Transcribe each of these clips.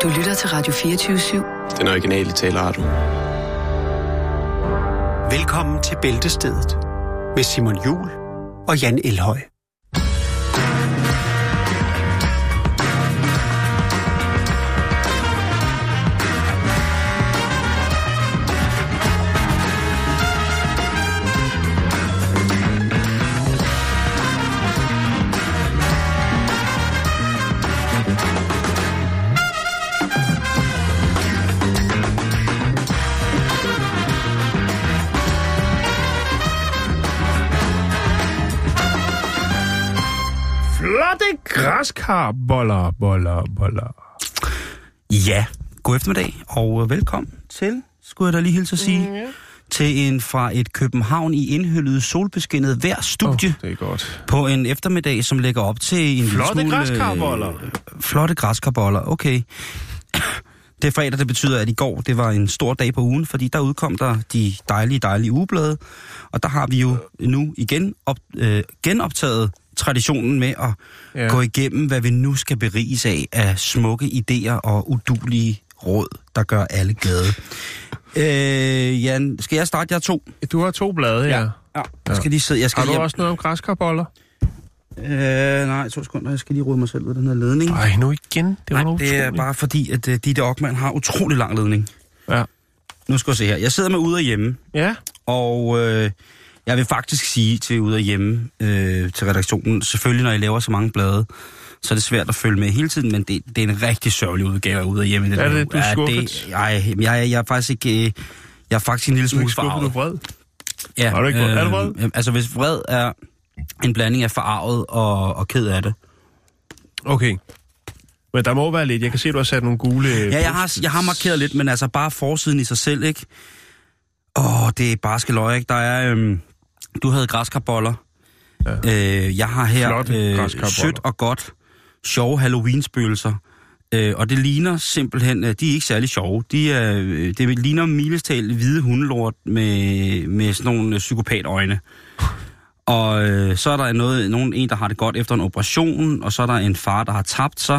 Du lytter til Radio 24/7. Den originale taleradio. Velkommen til Bæltestedet med Simon Juhl og Jan Elhøj. Græskarboller. Ja, god eftermiddag og velkommen til, skulle jeg da lige hilse at sige, til en fra et København i indhyllet solbeskinnet vejr studie. Det er godt. På en eftermiddag, som lægger op til en flotte lille smule... græskarboller. Flotte græskarboller, okay. Det er fredag, det betyder, at i går, det var en stor dag på ugen, fordi der udkom der de dejlige ugeblade, og der har vi jo nu igen genoptaget traditionen med at gå igennem, hvad vi nu skal beriges af smukke idéer og udulige råd, der gør alle glade. Jan, skal jeg starte? Jeg har 2. Du har 2 blade, ja. Jeg skal lige sidde. Har du også noget om græskarboller? Nej, 2 sekunder. Jeg skal lige rode mig selv ved den her ledning. Nej, nu igen. Det er bare fordi, at Ditte Okman har utrolig lang ledning. Ja. Nu skal jeg se her. Jeg sidder med Ude og Hjemme. Ja. Og jeg vil faktisk sige til Ude og Hjemme, til redaktionen, selvfølgelig når I laver så mange blade, så er det svært at følge med hele tiden, men det er en rigtig sørgelig udgave af Ude og Hjemme. Er det, du er skuffet? Jeg er faktisk ikke... Jeg er faktisk en lille smule forarvet. Du er vred? Ja. Er du ikke vred? Er du vred? Altså, hvis vred er en blanding af forarvet og ked af det. Okay. Men der må være lidt. Jeg kan se, du har sat nogle gule... Ja, jeg har markeret lidt, men altså bare forsiden i sig selv, ikke? Det er bare skeløj, ikke? Der er... du havde græskarboller. Ja. Jeg har her sødt og godt sjove Halloween-spøgelser. Og det ligner simpelthen... De er ikke særlig sjove. Det ligner milestal hvide hundelort med sådan nogle psykopatøjne. Og så er der en, der har det godt efter en operation, og så er der en far, der har tabt sig.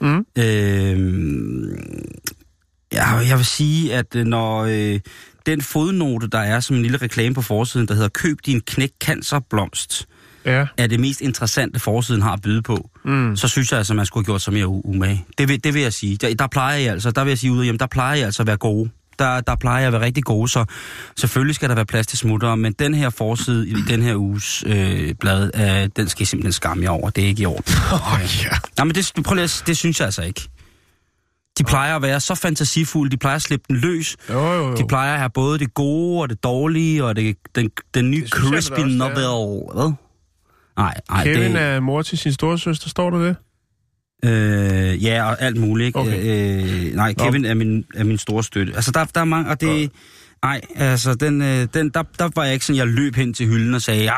Jeg vil sige, at når den fodnote, der er som en lille reklame på forsiden, der hedder "Køb din knæk cancerblomst", er det mest interessante, forsiden har at byde på, så synes jeg altså, man skulle have gjort sig mere umage. Det vil jeg sige. Der plejer jeg altså, der vil jeg sige ude hjemme, der plejer jeg altså at være gode. Der plejer jeg at være rigtig gode, så selvfølgelig skal der være plads til smuttere, men den her forside i den her uges blad, den skal jeg simpelthen skamme jer over. Det er ikke i orden. Nej, men det synes jeg altså ikke. De plejer at være så fantasifulde, de plejer at slippe den løs. Jo. De plejer at have både det gode og det dårlige, og den nye crispy novel. Hvad? Nej, Kevin er mor til sin storesøster, står du det? Ja, og alt muligt, ikke? Okay. Nej, Kevin er min store støtte. Altså, der er mange, og det... Nej, altså, der var jeg ikke sådan, jeg løb hen til hylden og sagde...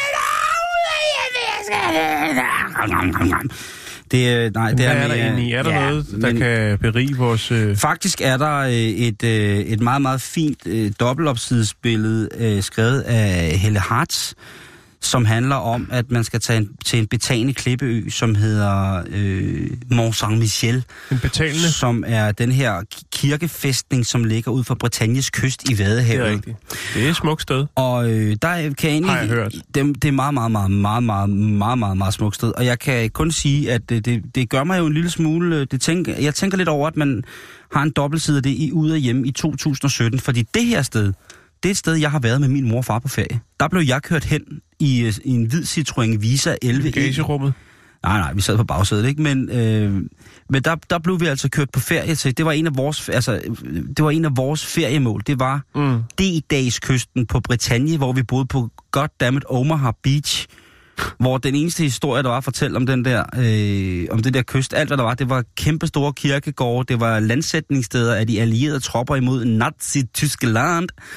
Er der noget, der kan berige vores... Faktisk er der et meget, meget fint dobbeltopsidesbillede skrevet af Helle Hartz, som handler om, at man skal tage til en betagende klippeø, som hedder Mont Saint-Michel. En betalende? Som er den her kirkefæstning, som ligger ud for Britanniens kyst i Vadehavet. Det er rigtigt. Det er et smukt sted. Og der kan jeg har jeg hørt. Det er meget smukt sted. Og jeg kan kun sige, at det gør mig jo en lille smule... Jeg tænker lidt over, at man har en dobbeltside af det i Ude og Hjemme i 2017, fordi det her sted... Det er et sted, jeg har været med min mor og far på ferie. Der blev jeg kørt hen i en hvid Citroën Visa 11. Bagagerummet? Nej, vi sad på bagsædet, ikke? Men der blev vi altså kørt på ferie til. Det var en af vores feriemål. Det var D-dagskysten på Bretagne, hvor vi boede på goddammit Omaha Beach. Hvor den eneste historie, der var at fortælle om den der kyst, alt hvad der var, det var kæmpe store kirkegårde, det var landsætningssteder af de allierede tropper imod Nazi-Tyskland.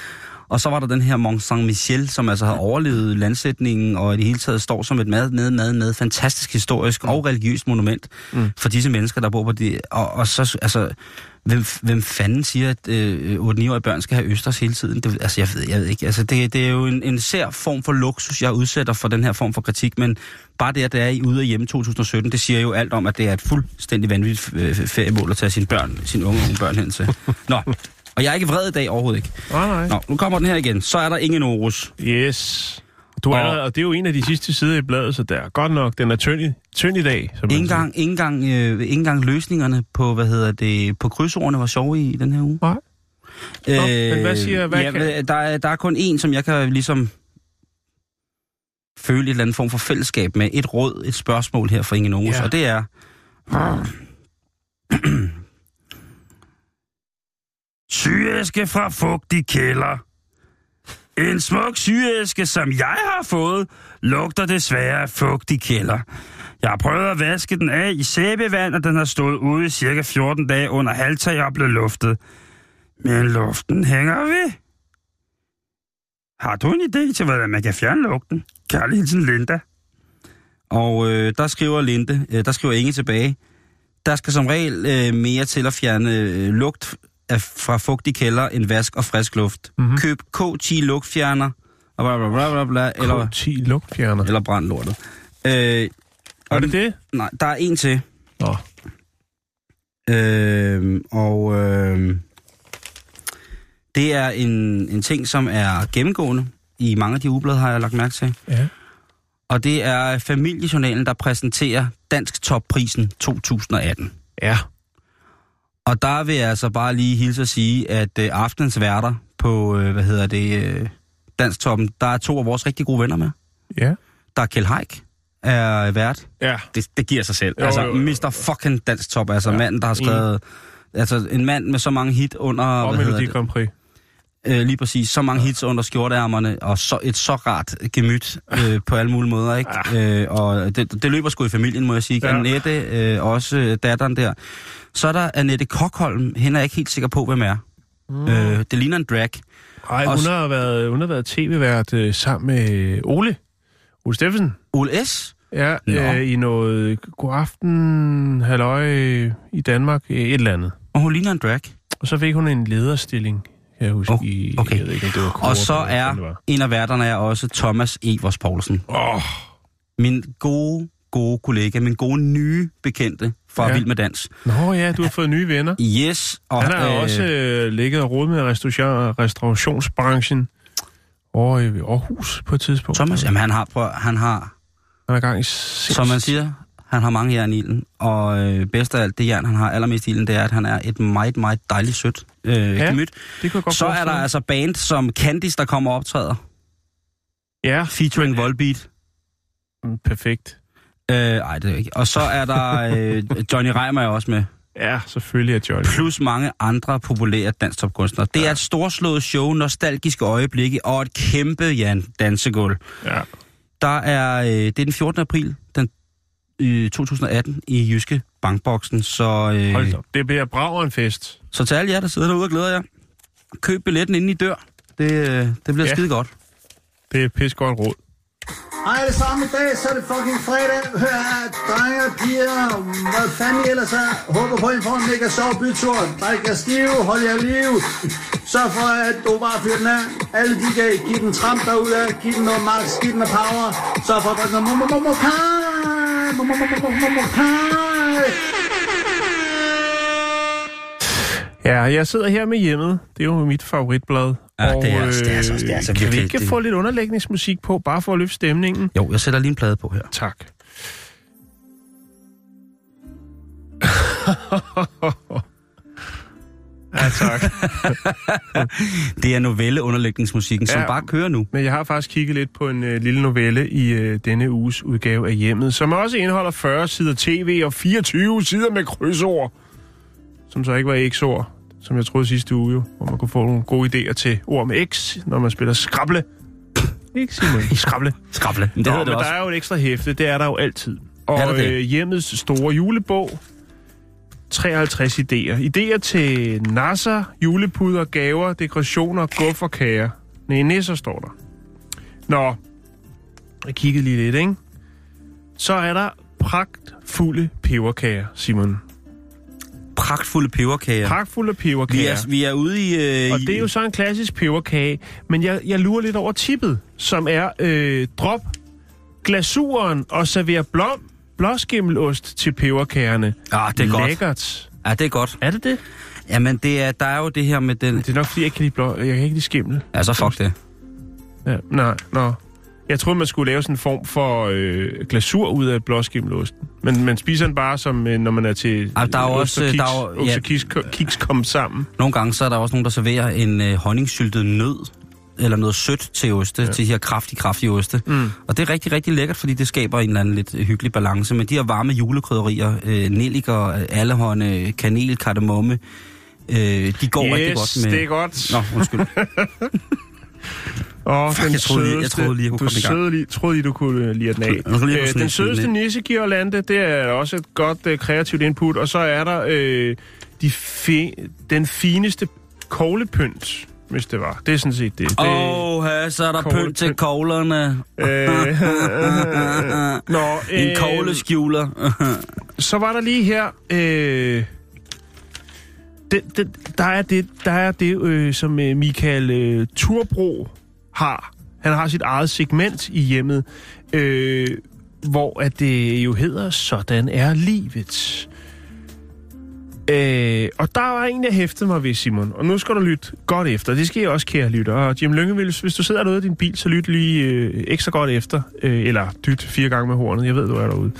Og så var der den her Mont Saint-Michel, som altså havde overlevet landsætningen, og i det hele taget står som et med fantastisk historisk og religiøst monument for disse mennesker, der bor på det. Og så, altså, hvem fanden siger, at 8-9-årige børn skal have østers hele tiden? Det, altså, jeg ved ikke. Altså, det er jo en sær form for luksus, jeg udsætter for den her form for kritik, men bare det, at det er i ude og hjemme 2017, det siger jo alt om, at det er et fuldstændig vanvittigt feriemål at tage sine unge børn hen til. Nå, og jeg er ikke vred i dag, overhovedet ikke. Nej. Nå, nu kommer den her igen. Så er der ingen Horus. Yes. Og det er jo en af de sidste sider i bladet, så der er godt nok, den er tynd i dag. Ikke engang løsningerne på, på krydsordene var sjove i den her uge. Nej. Men hvad siger... Der er kun én, som jeg kan ligesom føle et eller andet form for fællesskab med. Et råd, et spørgsmål her for Ingen Horus, og det er... Sygeæske fra fugtig kælder. En smuk sygeæske, som jeg har fået, lugter desværre af fugtig kælder. Jeg har prøvet at vaske den af i sæbevand, og den har stået ude i cirka 14 dage under halvtag og blevet luftet. Men luften hænger ved. Har du en idé til, hvordan man kan fjerne lugten? Kærlig hilsen, Linda. Og der skriver Inge tilbage. Der skal som regel mere til at fjerne lugt fra fugtig kælder end vask og frisk luft. Mm-hmm. Køb K10 lugtfjerner. Eller K10 lugtfjerner? Eller brænd lortet. Er det det? Nej, der er en til. Nå. Det er en ting, som er gennemgående i mange af de ugeblade, har jeg lagt mærke til. Ja. Og det er Familiejournalen, der præsenterer Dansk Topprisen 2018. Ja. Og der vil jeg altså bare lige hilse at sige, at aftenens værter på, Dansk Toppen, der er 2 af vores rigtig gode venner med. Ja. Der er Kjeld Haik, er vært. Ja. Det giver sig selv. Jo. Mr. fucking Dansk Top, altså manden, der har skrevet... Altså en mand med så mange hit under... Og Melodi Grand Prix. Lige præcis. Så mange hits under skjorteærmerne, og et så rart gemyt på alle mulige måder, ikke? Ja. Og det løber sgu i familien, må jeg sige. Ja. Annette, også datteren der. Så er der Annette Kokholm. Hende er jeg ikke helt sikker på, hvem er. Det ligner en drag. Nej, hun har været tv-vært sammen med Ole Steffensen. Ole S? Ja, i noget God Aften, halløj i Danmark, et eller andet. Og hun ligner en drag. Og så fik hun en lederstilling, kan jeg huske. Okay. Jeg ved ikke, om det var og så er en af værterne er også Thomas Evers Poulsen. Min gode kollega, min gode nye bekendte fra Vild med Dans. Nå ja, du har fået nye venner. Yes. Og han har også ligget og rodet med restaurationsbranchen over i Aarhus på et tidspunkt. Thomas, jamen han er gang i som man siger, han har mange jern i ilden, og bedst af alt det jern, han har allermest i ilden, det er, at han er et meget, meget dejligt sødt gemyt. Det kunne godt så er der altså band som Candice, der kommer og optræder. Ja. Featuring Volbeat. Perfekt. Ej, det er ikke. Og så er der Johnny Reimer også med. Ja, selvfølgelig er Johnny. Plus mange andre populære dansktopkunstnere. Det er et storslået show, nostalgiske øjeblikke og et kæmpe dansegulv. Ja. Det er den 14. april 2018 i Jyske Bankboksen, så... Hold da, det bliver brav en fest. Så til alle jer, der sidder derude og glæder jer, køb billetten inden I dør. Det bliver skide godt. Det er et pis godt råd. Hej alle sammen, i dag så er det fucking fredag. Hør her, drenge og piger, hvad fanden I ellers er. Håber på, at I får en mega sjov bytur. Drik jer stive, hold jer liv. Sørg for, at du bare fyrer den af. Alle de gav, giv den tramp derude, giv den noget max, giv den noget power. Sørg for at drikke noget Ja, jeg sidder her med Hjemmet. Det er jo mit favoritblad. Ja, og, det er så kan vi ikke få lidt underlægningsmusik på, bare for at løfte stemningen? Jo, jeg sætter lige en plade på her. Tak. Ja, tak. Det er novelleunderlægningsmusikken, som bare kører nu. Men jeg har faktisk kigget lidt på en lille novelle i denne uges udgave af Hjemmet, som også indeholder 40 sider tv og 24 sider med krydsord, som så ikke var X-ord, som jeg troede sidste uge jo, hvor man kunne få nogle gode idéer til ord med X, når man spiller Scrabble. Ikke Simon? Scrabble. Scrabble. Men det hedder det også. Der er jo et ekstra hæfte, det er der jo altid. Og Hjemmets store julebog, 53 idéer. Idéer til nasser, julepuder, gaver, dekorationer, guf og kager. Nej, nisser står der. Nå, jeg kiggede lige lidt, ikke? Så er der pragtfulde peberkager, Simon. Pragtfulde peberkager? Pragtfulde peberkager. Vi er ude i... Og det er jo så en klassisk peberkage, men jeg lurer lidt over tippet, som er drop glasuren og server blåskimmelost til peberkagerne. Ja, det er godt. Lækkert. Ja, det er godt. Er det det? Jamen, der er jo det her med den... Det er nok, fordi jeg kan ikke lide skimmel. Ja, så fuck det. Ja, nej. Jeg troede, man skulle lave sådan en form for glasur ud af blåskimmelosten. Men man spiser den bare, som når man er til kiks kom sammen. Nogle gange så er der også nogen, der serverer en honningsyltet nød, eller noget sødt til oste, til de her kraftige oste. Og det er rigtig, rigtig lækkert, fordi det skaber en eller anden lidt hyggelig balance. Men de her varme julekrydderier, nelliker, allehånde, kanel, kardemomme, de går rigtig godt med... det er godt. Nå, undskyld. Jeg troede lige, du kunne lide den af. Den sødeste nissegirlande, det er også et godt kreativt input. Og så er der den fineste koglepynt, hvis det var. Det er sådan set det. Så er der pynt til koglerne. En kogleskjuler. Så var der lige her... Der er det, som Michael Turbro har. Han har sit eget segment i hjemmet, hvor at det jo hedder, sådan er livet. Og der var en, jeg hæftede mig ved, Simon. Og nu skal du lytte godt efter. Det skal jeg også, kære lytter. Og Jim Lyngvild, hvis du sidder derude i din bil, så lyt lige ekstra godt efter. Eller dyt 4 gange med hornet. Jeg ved, du er derude.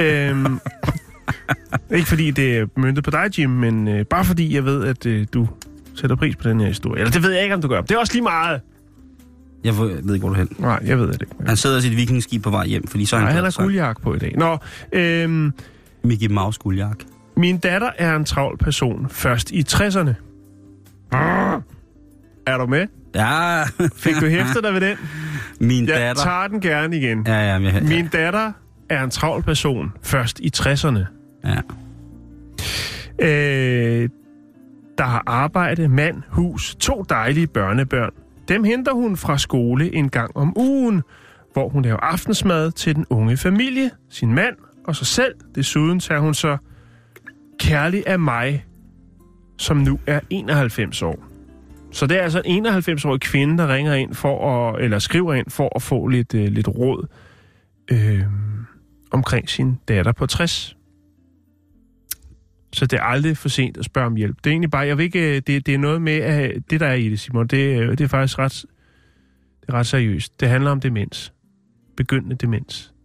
Ikke fordi det er møntet på dig, Jim, men bare fordi jeg ved, at du sætter pris på den her historie. Eller det ved jeg ikke, om du gør. Det er også lige meget. Jeg ved ikke, hvor du er hen. Nej, jeg ved det ikke. Han sidder i sit vikingskib på vej hjem, fordi så... Nej, han har guldjak på i dag. Nå, Mickey Mouse guldjak. Min datter er en travl person først i 60'erne. Er du med? Ja. Fik du hæftet dig ved den? Jeg tager den gerne igen. Ja. Min datter er en travl person først i 60'erne. Ja. Der har arbejde, mand, hus, 2 dejlige børnebørn. Dem henter hun fra skole en gang om ugen, hvor hun laver aftensmad til den unge familie, sin mand og sig selv. Desuden tager hun så kærlig af mig, som nu er 91 år. Så det er altså en 91-årig kvinde, der ringer ind eller skriver ind for at få lidt råd omkring sin datter på 60. Så det er aldrig for sent at spørge om hjælp. Det er egentlig bare, jeg ved ikke, det er noget med, at det der er i det, Simon, det er faktisk ret seriøst. Det handler om demens. Begyndende demens.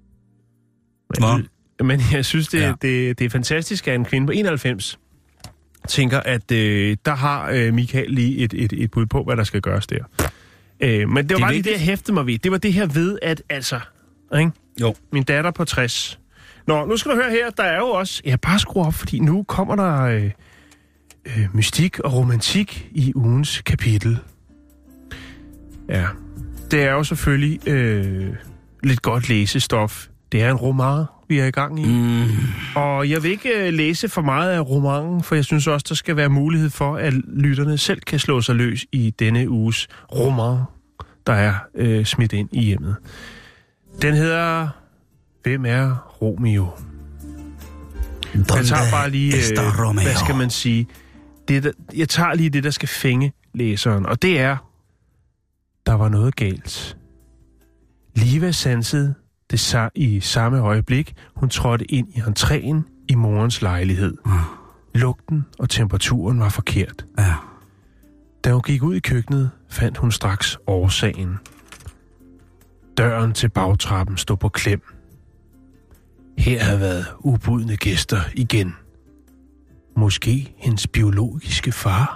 Men jeg synes, det er fantastisk, at en kvinde på 91 tænker, at der har Michael lige et bud på, hvad der skal gøres der. Men det var bare lige det, jeg hæftede mig ved. Det var det her ved, at altså... Ikke? Jo. Min datter på 60... Nå, nu skal du høre her, der er jo også... Ja, bare skru op, fordi nu kommer der mystik og romantik i ugens kapitel. Ja, det er jo selvfølgelig lidt godt læsestof. Det er en roman, vi er i gang i. Og jeg vil ikke læse for meget af romanen, for jeg synes også, der skal være mulighed for, at lytterne selv kan slå sig løs i denne uges roman, der er smidt ind i hjemmet. Den hedder... Hvem er Romeo? Jeg tager bare lige, hvad skal man sige? Jeg tager lige det, der skal fænge læseren, og det er, der var noget galt. Liva sansede det i samme øjeblik, hun trådte ind i entréen i morens lejlighed. Lugten og temperaturen var forkert. Ja. Da hun gik ud i køkkenet, fandt hun straks årsagen. Døren til bagtrappen stod på klem. Her havde været ubudne gæster igen. Måske hendes biologiske far?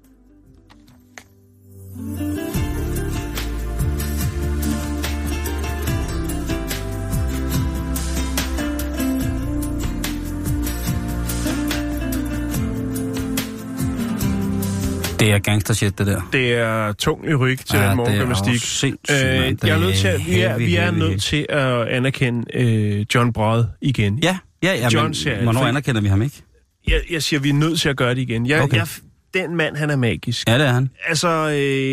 Det er gangstershit, det der. Det er tung lyrik til den morgengymnastik. Jeg er nødt til vi er nødt til at anerkende John Brod igen. Ja, John men hvornår anerkender vi ham ikke? Jeg siger, vi er nødt til at gøre det igen. Den mand, han er magisk. Ja, det er han. Altså,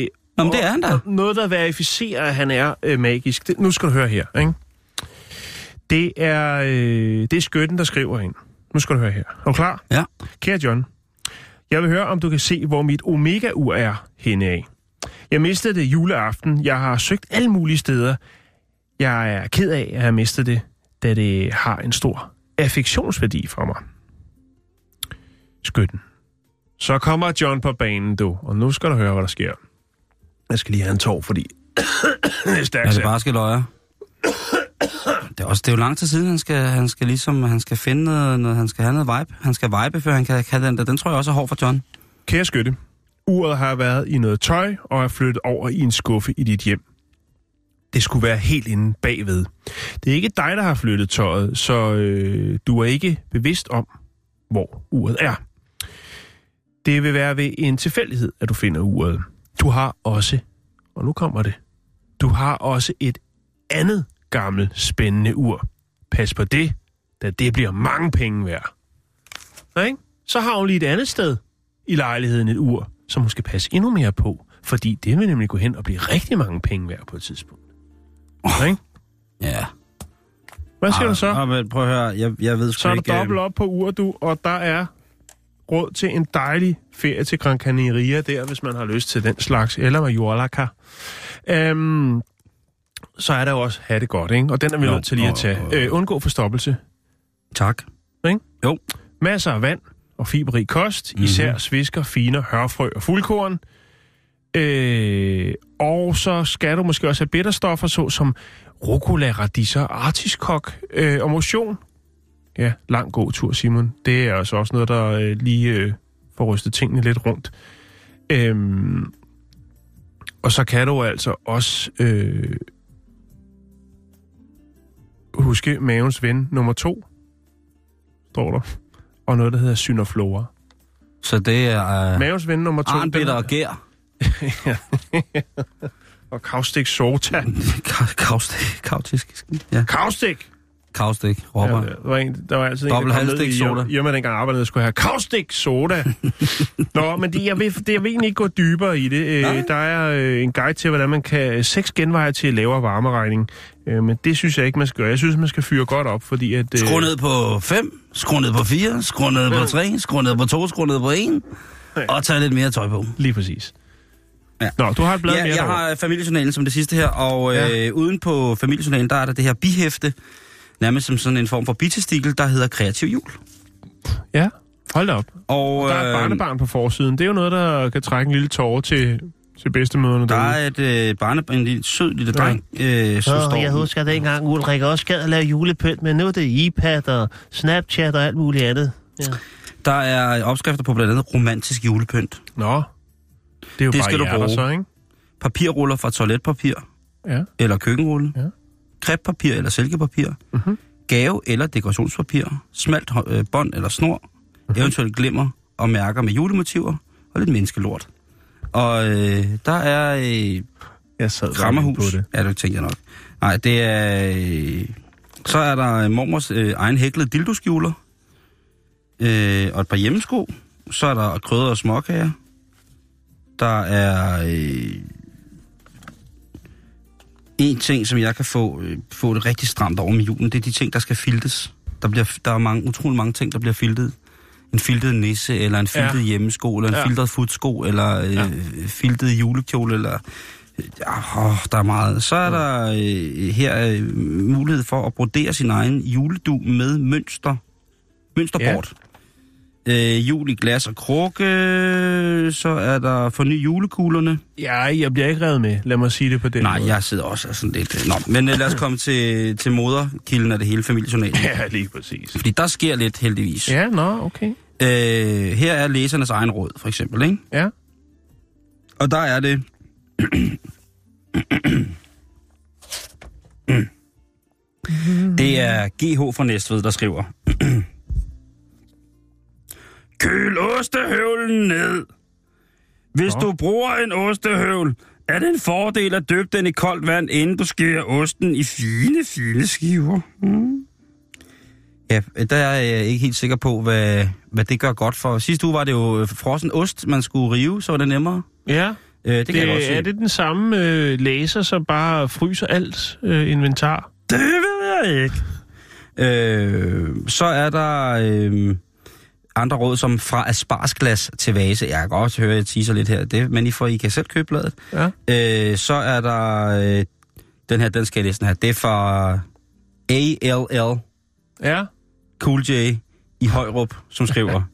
Jamen, det er han da. Noget, der verificerer, at han er magisk. Nu skal du høre her, ikke? Det er skytten, der skriver ind. Nu skal du høre her. Er du klar? Ja. Kære John, jeg vil høre, om du kan se, hvor mit omega-ur er henne af. Jeg mistede det juleaften. Jeg har søgt alle mulige steder. Jeg er ked af, at jeg mistede det, da det har en stor affektionsværdi for mig. Skytten. Så kommer John på banen, du. Og nu skal du høre, hvad der sker. Jeg skal lige have en tår, fordi det er stærkt. Er det bare skal løje? Det er jo lang tid siden, han skal finde noget, han skal have noget vibe. Han skal vibe, før han kan den der. Den tror jeg også er hård for John. Kære skytte, uret har været i noget tøj og er flyttet over i en skuffe i dit hjem. Det skulle være helt inde bagved. Det er ikke dig, der har flyttet tøjet, så du er ikke bevidst om, hvor uret er. Det vil være ved en tilfældighed, at du finder uret. Du har også, og nu kommer det, du har også et andet gammelt spændende ur. Pas på det, da det bliver mange penge værd. Nej? Så har hun lige et andet sted i lejligheden et ur, som hun skal passe endnu mere på, fordi det vil nemlig gå hen og blive rigtig mange penge værd på et tidspunkt. Nej? Ja. Hvad skal du så? Men prøv at høre, jeg ved så er der dobbelt op på uret, du, og der er råd til en dejlig ferie til Gran Canaria der, hvis man har lyst til den slags, eller Mallorca. Så er der jo også have det godt, ikke? Og den er vi nødt til lige at tage. Undgå forstoppelse. Tak. Ikke? Jo. Masser af vand og fiberrig kost, især svisker, finer, hørfrø og fuldkorn. Og så skal du måske også have bitterstoffer, såsom rucola, radiser, artiskok og motion. Ja, lang god tur, Simon. Det er altså også noget, der lige får rystet tingene lidt rundt. Og så kan du altså også huske mavens ven nummer 2, står der. Og noget, der hedder Synoflora. Så det er mavens ven nummer 2. Arnbitter og gær. Og caustic soda. Kaustik. Ja. Kaustik, Robert. Ja, der var altid dobbelt halvstik soda. Hjemme dengang arbejdede, skulle have caustic soda. Nå, men jeg vil egentlig ikke gå dybere i det. Der er en guide til, hvordan man kan 6 genveje til lavere varmeregning. Men det synes jeg ikke, man skal gøre. Jeg synes, man skal fyre godt op, fordi at... Skru ned på 5, skru ned på 4, skru ned på 3, skru ned på 2, skru ned på 1, og tage lidt mere tøj på. Lige præcis. Ja. Nå, du har et blad mere. Jeg har familiejournalen som det sidste her, og uden på familiejournalen, der er der det her bihæfte, nærmest som sådan en form for bitestikel, der hedder Kreativ Jul. Ja, hold da op. Og der er et barnebarn på forsiden. Det er jo noget, der kan trække en lille tårer til bedstemøderne derude. Der er en lille sød lille dreng, som står... Jeg husker dengang, Ulrik også gad at lave julepynt, men nu er det iPad og Snapchat og alt muligt andet. Ja. Der er opskrifter på blandt andet romantisk julepynt. Nå, det er jo bare hjerter så, ikke? Papirruller fra toiletpapir, eller køkkenrulle, kreppapir eller silkepapir, gave eller dekorationspapir, smalt bånd eller snor, eventuelt glimmer og mærker med julemotiver og lidt menneskelort. Og der er krammerhus. På det. Ja, det tænker jeg nok. Nej, det er... så er der mormors egen hæklede dildoskjuler, og et par hjemmesko. Så er der krydder og småkager. Der er en ting, som jeg kan få det rigtig stramt over med julen. Det er de ting, der skal filtes. Der er utrolig mange ting, der bliver filtet. En filtet nisse, eller en filtet hjemmesko, eller en filtet futsko, eller filtet julekjole, eller... der er meget. Så er der her mulighed for at brodere sin egen juledu med mønsterbord. Jul i glas og krukke, så er der forny julekuglerne. Ja, jeg bliver ikke revet med, lad mig sige det på den måde. Nej, jeg sidder også sådan lidt... Nå, men lad os komme til moderkilden af det hele familiejournalen. Ja, lige præcis. Fordi der sker lidt, heldigvis. Ja, okay. Her er læsernes egen råd, for eksempel, ikke? Ja. Og der er det... Det er GH fra Næstved, der skriver... Køl ostehøvlen ned. Hvis du bruger en ostehøvl, er det en fordel at døbe den i koldt vand, inden du skærer osten i fine skiver. Ja, der er jeg ikke helt sikker på, hvad det gør godt for. Sidste uge var det jo frossen ost, man skulle rive, så var det nemmere. Ja. Det kan jeg godt se. Er det den samme laser, som bare fryser alt inventar? Det ved jeg ikke. Så er der andre råd, som fra asparsglas til vase. Jeg kan godt høre, at jeg teaser lidt her. Men I kan selv købe bladet. Ja. Så er der den skal jeg læse den her. Det er fra ALL. Ja. Cool J i Højrup, som skriver...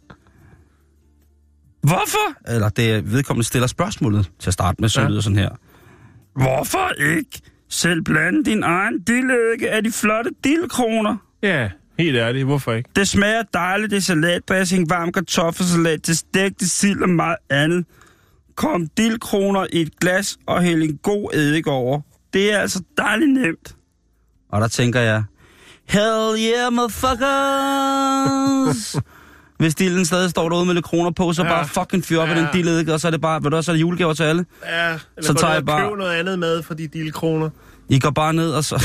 Hvorfor? Eller det vedkommende stiller spørgsmålet til at starte med, så lyder sådan her. Hvorfor ikke selv blande din egen dilleægge af de flotte dillekroner? Ja, helt ærligt. Hvorfor ikke? Det smager dejligt, det er salatdressing, varm kartoffelsalat, til stegte sild og meget andet. Kom dillekroner i et glas og hæld en god eddike over. Det er altså dejligt nemt. Og der tænker jeg, hell yeah, motherfuckers! Hvis dillen stadig står derude med lidt kroner på, så bare fucking fyr op i den dilleddike, og så er det bare, ved du også, så er det julegaver til alle. Ja, eller så tager jeg bare... køb noget andet med for de dillekroner. I går bare ned, og så...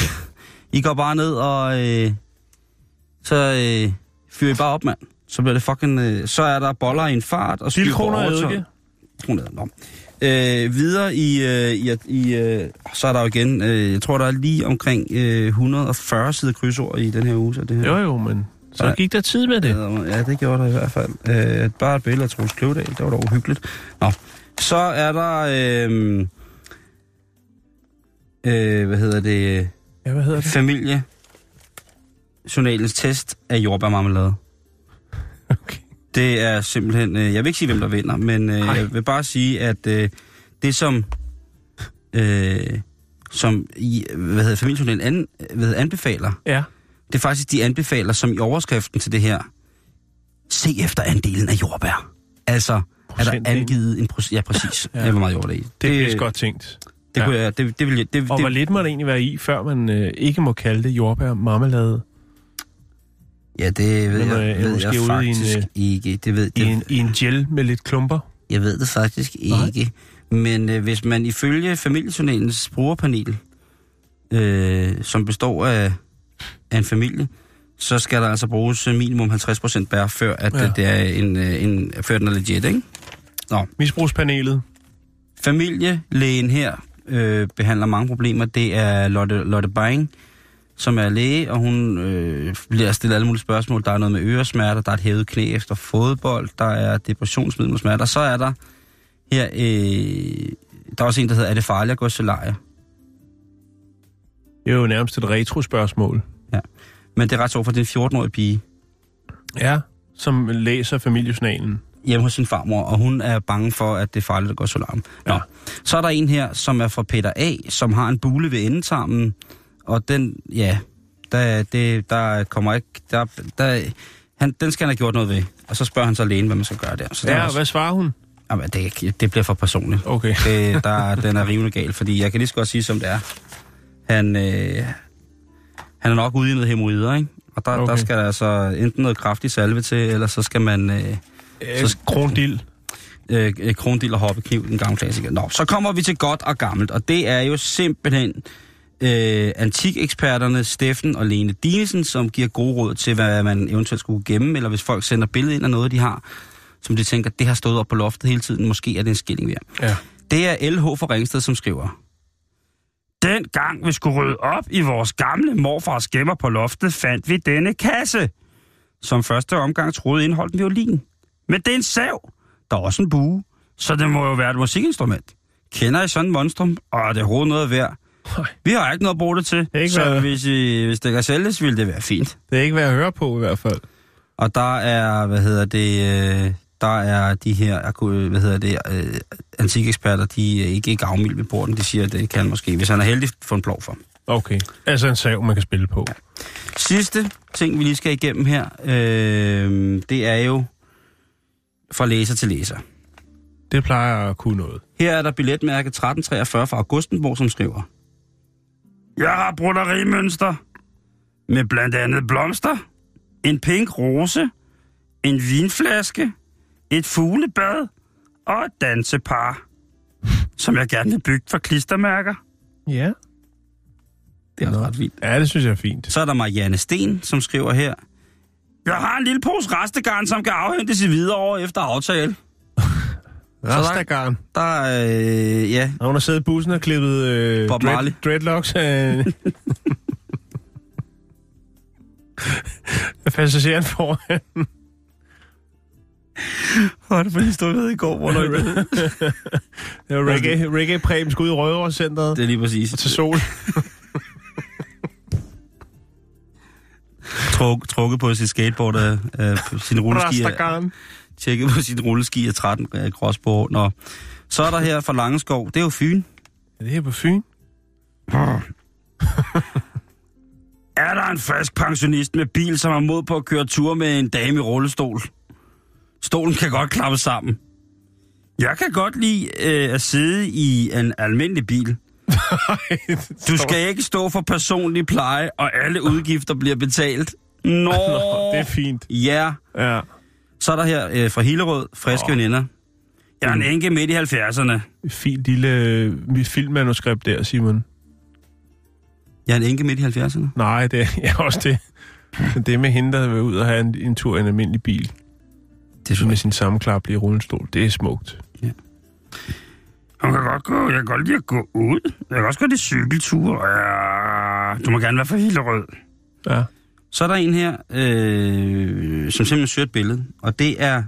fyrer I bare op, mand. Så bliver det fucking... så er der boller i en fart, og styr på eddike. Videre så er der jo igen, jeg tror, der er lige omkring 140 sider krydsord i den her uge. Så det her. Jo, men så gik der tid med det. Ja, det gjorde der i hvert fald. Bare et billede af Troels Kløvedal, det var da uhyggeligt. Nå, så er der... hvad hedder det? Familiejournalens test af jordbærmarmelade. Okay. Det er simpelthen... jeg vil ikke sige, hvem der vinder, men jeg vil bare sige, at det som familiejournalen anbefaler, det er faktisk de anbefaler, som i overskriften til det her, se efter andelen af jordbær. Altså, er der angivet en procent... Ja, præcis. Ja. Hvor meget jordbær det er i. Det er godt tænkt. Det kunne jeg... Og hvor lidt må det egentlig være i, før man ikke må kalde det jordbærmarmelade? Ja, det ved jeg faktisk ikke. I en gel med lidt klumper? Jeg ved det faktisk ikke. Men hvis man ifølge familiejournalens brugerpanel, som består af en familie, så skal der altså bruges minimum 50% bær, før at det er før den er legit, ikke? Nå. Misbrugspanelet. Familielægen her behandler mange problemer. Det er Lotte Bang, som er læge, og hun bliver stillet alle mulige spørgsmål. Der er noget med øresmerter, der er et hævet knæ efter fodbold, der er depressionsmiddelsmerter. Så er der her, der er også en, der hedder, er det farligt at gå i solarier? Det er jo nærmest et retro-spørgsmål. Ja, men det er ret så for, det er en 14-årig pige. Ja, som læser familiejournalen. Hjemme hos sin farmor, og hun er bange for, at det er farligt at gå i solarium. Ja. Så er der en her, som er fra Peter A., som har en bule ved endetarmen, og den, ja, der kommer ikke, den skal han have gjort noget ved. Og så spørger han så lægen, hvad man skal gøre der. Så ja, hvad svarer hun? Jamen, det bliver for personligt. Okay. Den er rivende gal, fordi jeg kan lige så godt sige, som det er. Han er nok ude i noget hæmorroider, ikke? Og der skal der altså enten noget kraftig salve til, eller så skal man... Krondild. Krondild og hoppekniv, en gammel klassiker. Nå, så kommer vi til godt og gammelt, og det er jo simpelthen antikeksperterne Steffen og Lene Dinesen, som giver gode råd til, hvad man eventuelt skulle gemme, eller hvis folk sender billeder ind af noget, de har, som de tænker, det har stået op på loftet hele tiden, måske er det en skilling værd. Ja. Det er LH fra Ringsted, som skriver: Den gang vi skulle rydde op i vores gamle morfars gemmer på loftet, fandt vi denne kasse, som første omgang troede indeholdt en violin. Men det er en sav. Der er også en bue, så det må jo være et musikinstrument. Kender I sådan et monstrum? Og det er overhovedet noget værd. Vi har ikke noget at bruge det til, så hvis det kan sælges, ville det være fint. Det er ikke værd at høre på i hvert fald. Og der er, der er de her, antikeksperter, de er ikke gavmild ved borden. De siger, at det kan måske, hvis han er heldig, få en plov for. Okay, altså en sav, man kan spille på. Ja. Sidste ting, vi lige skal igennem her, det er jo fra læser til læser. Det plejer at kunne noget. Her er der billetmærke 1343 fra Augustenborg, som skriver: Jeg har brodderimønster med blandt andet blomster, en pink rose, en vinflaske, et fuglebad og et dansepar, som jeg gerne vil bygge for klistermærker. Ja. Det er ret vildt. Ja, det synes jeg er fint. Så er der Marianne Sten, som skriver her: Jeg har en lille pose restegarn, som kan afhentes i Hvidovre efter aftale. Rastagarn. Der ja. Og hun har siddet i bussen og klippet dreadlocks af... af passageren foran. Hvor er det for en historie, ved i går, hvor det var reggae-præben skulle ud i Rødovre-centret. Det er lige præcis. Og til sol. Trukket på sit skateboard af sine rulleski. Tjekket på sin rulleski af 13 crossbord. Nå. Så er der her fra Langeskov. Det er jo Fyn. Er det her på Fyn? Er der en frisk pensionist med bil, som er mod på at køre tur med en dame i rullestol? Stolen kan godt klappe sammen. Jeg kan godt lide at sidde i en almindelig bil. Du skal ikke stå for personlig pleje, og alle udgifter bliver betalt. Nå, det er fint. Ja. Så er der her fra Hillerød, friske veninder. Jeg er en enke midt i 70'erne. Fint lille filmmanuskript der, Simon. Jeg er en enke midt i 70'erne? Nej, det er også det. Det med hende, der vil ud og have en tur i en almindelig bil. Det er med sin sammenklap i rullestol. Det er smukt. Ja. Jeg kan godt lide at gå ud. Jeg kan også gå til cykelture. Ja. Du må gerne være fra Hillerød. Ja. Så er der en her, som simpelthen søger et billede. Og det er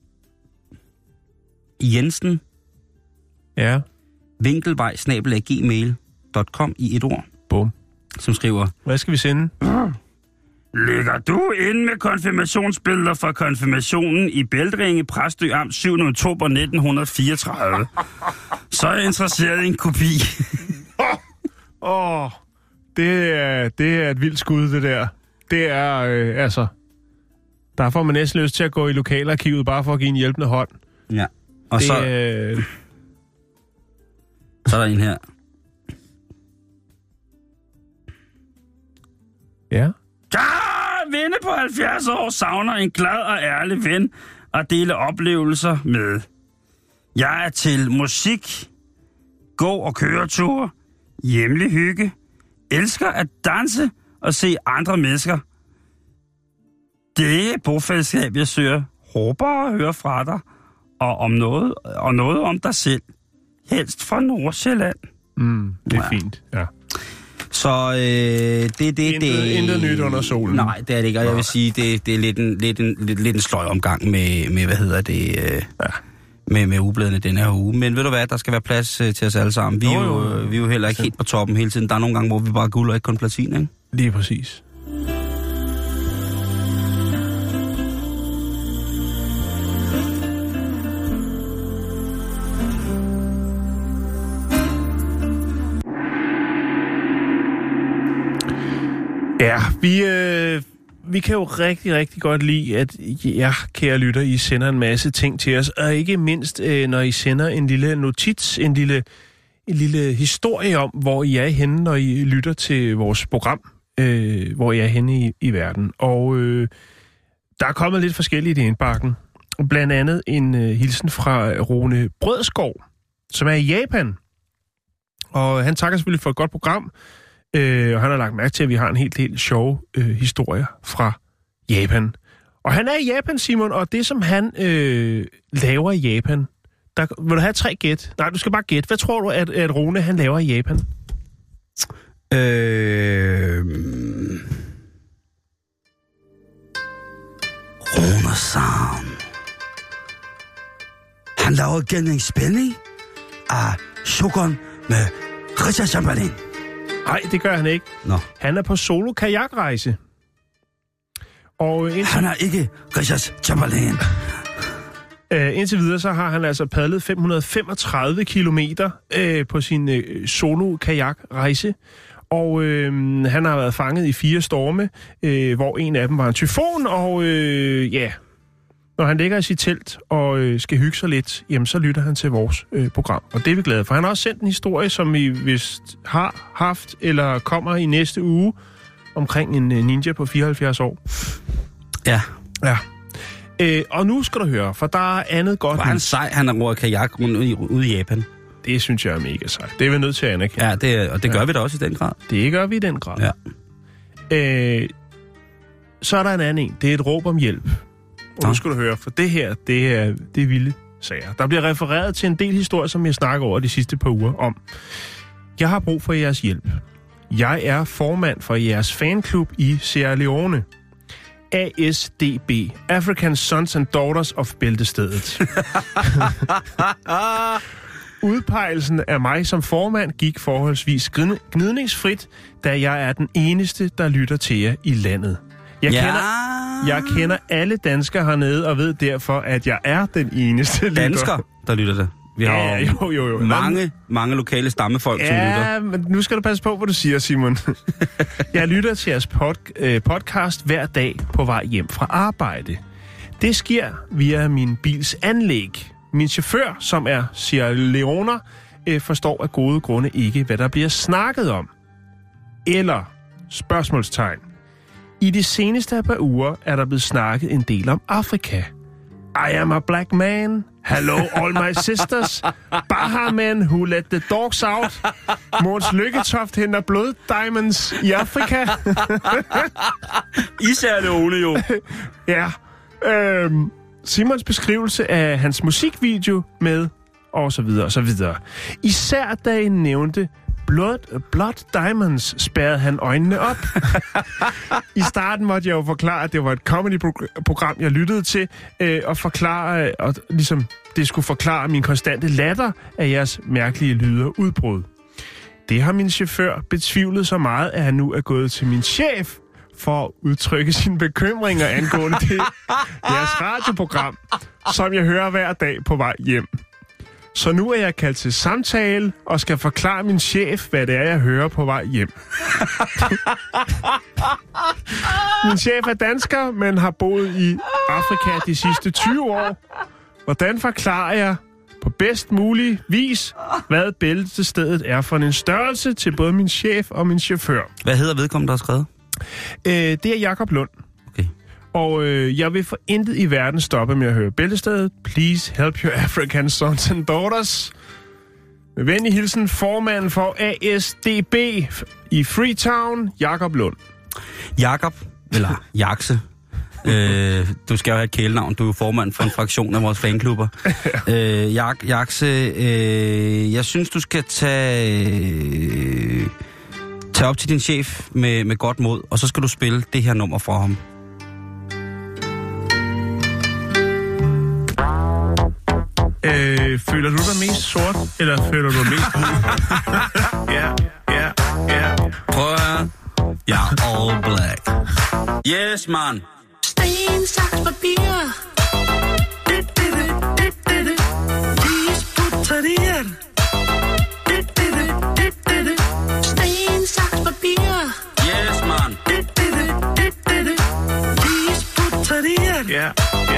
Jensen. Ja. Vinkelvej@gmail.com i et ord. Bum. Som skriver... Hvad skal vi sende? Ligger du inde med konfirmationsbilleder fra konfirmationen i Bæltringe, Præstø Amt 7. oktober 1934? Så er jeg interesseret i en kopi. Det er et vildt skud, det der. Det er, altså... Der får man næsten lyst til at gå i lokalarkivet, bare for at give en hjælpende hånd. Ja. Og så er der en her. Ja. Venne på 70 år savner en glad og ærlig ven at dele oplevelser med. Jeg er til musik, gå- og køreture, hjemlig hygge, elsker at danse og se andre mennesker. Det er bofællesskab, jeg søger. Håber at høre fra dig og noget om dig selv. Helst fra Nordsjælland. Det er fint, ja. Så Intet nyt under solen. Nej, det er det ikke, og jeg vil sige, det er lidt en sløj omgang med hvad hedder det, med ugebladene den her uge. Men ved du hvad, der skal være plads til os alle sammen. Vi er jo heller ikke helt på toppen hele tiden. Der er nogle gange, hvor vi bare guld og ikke kun platin, ikke? Lige præcis. Ja, vi kan jo rigtig, rigtig godt lide, at jer, kære lytter, I sender en masse ting til os. Og ikke mindst, når I sender en lille notits, en lille historie om, hvor I er henne, når I lytter til vores program, hvor I er henne i verden. Og der er kommet lidt forskelligt i indbakken. Blandt andet en hilsen fra Rune Brødskov, som er i Japan. Og han takker selvfølgelig for et godt program. Og han har lagt mærke til, at vi har en helt sjov historie fra Japan. Og han er i Japan, Simon, og det, som han laver i Japan... Vil du have 3 gæt? Nej, du skal bare gætte. Hvad tror du, at Rune han laver i Japan? Rune-san. Han laver genindspilning af Shogun med Richard Chamberlain. Nej, det gør han ikke. Nå. Han er på solo-kajakrejse. Og han er ikke Richard Chamberlain. Indtil videre så har han altså padlet 535 kilometer på sin solo-kajakrejse. Og han har været fanget i 4 storme, hvor en af dem var en tyfon. Og når han ligger i sit telt og skal hygge sig lidt, jamen så lytter han til vores program. Og det er vi glade for. Han har også sendt en historie, som vi vist har haft, eller kommer i næste uge, omkring en ninja på 74 år. Ja. Ja. Og nu skal du høre, for der er andet godt. Var han sej, han har roet kajak ude i Japan? Det synes jeg er mega sejt. Det er vi nødt til at anerkende. Ja, og det gør vi da også i den grad. Det gør vi i den grad. Ja. Så er der en anden en. Det er et råb om hjælp. Og nu skal du høre, for det her, det er vilde sager. Der bliver refereret til en del historier, som jeg snakker over de sidste par uger om. Jeg har brug for jeres hjælp. Jeg er formand for jeres fanklub i Sierra Leone. ASDB, African Sons and Daughters of Bæltestedet. Udpegelsen af mig som formand gik forholdsvis gnidningsfrit, da jeg er den eneste, der lytter til jer i landet. Jeg kender alle danskere hernede, og ved derfor, at jeg er den eneste lytter. Dansker, der lytter det. Vi har jo. Mange lokale stammefolk, som lytter. Ja, men nu skal du passe på, hvad du siger, Simon. Jeg lytter til jeres podcast hver dag på vej hjem fra arbejde. Det sker via min bils anlæg. Min chauffør, som er Sierra Leoner, forstår af gode grunde ikke, hvad der bliver snakket om. Eller spørgsmålstegn. I de seneste par uger er der blevet snakket en del om Afrika. I am a black man. Hello, all my sisters. Baha man who let the dogs out. Måns Lykketoft henter blod diamonds i Afrika. Især Leone jo. Ja. Simons beskrivelse af hans musikvideo med og så videre og så videre. Især da I nævnte Blood Diamonds, spærrede han øjnene op. I starten måtte jeg jo forklare, at det var et comedy-program, jeg lyttede til, og forklare, og ligesom det skulle forklare min konstante latter af jeres mærkelige lyder udbrud. Det har min chauffør betvivlet så meget, at han nu er gået til min chef for at udtrykke sine bekymringer angående det jeres radioprogram, som jeg hører hver dag på vej hjem. Så nu er jeg kaldt til samtale og skal forklare min chef, hvad det er, jeg hører på vej hjem. Min chef er dansker, men har boet i Afrika de sidste 20 år. Hvordan forklarer jeg på bedst mulig vis, hvad bæltestedet er for en størrelse til både min chef og min chauffør? Hvad hedder vedkommende, der har skrevet? Det er Jakob Lund. Okay. Og jeg vil for intet i verden stoppe med at høre bæltestedet. Please help your African sons and daughters. Med venlig hilsen, formanden for ASDB i Freetown, Jakob Lund. Jakob, eller Jakse. Du skal jo have et kælenavn. Du er jo formand for en fraktion af vores fanklubber. Jakse, jeg synes, du skal tage op til din chef med godt mod, og så skal du spille det her nummer fra ham. Føler du dig mest sort, eller føler du dig mest hvid? Ja. Prøv at høre. Jeg er all black. Yes, man. Sten, saks, papir. Please put det. Sten, saks, papir. Yes, man. Please put det. Ja.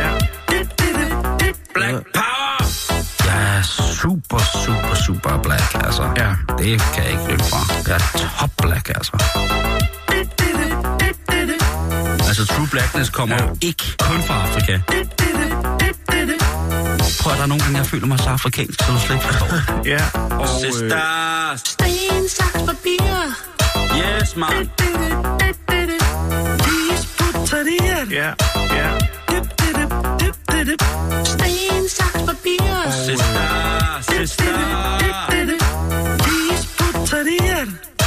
Black power. Jeg er super black, altså. Ja. Det kan jeg ikke løbe fra. Jeg er top black, altså. Altså, true blackness kommer jo ikke kun fra Afrika. Prøv at der er nogle gange, jeg føler mig så afrikansk, så du slet ikke forstår det. Ja. Og sisters. Sten, saks, papir. Yes, man. Please put det. Ja. Sten, saks, papir. Sister. Please put det.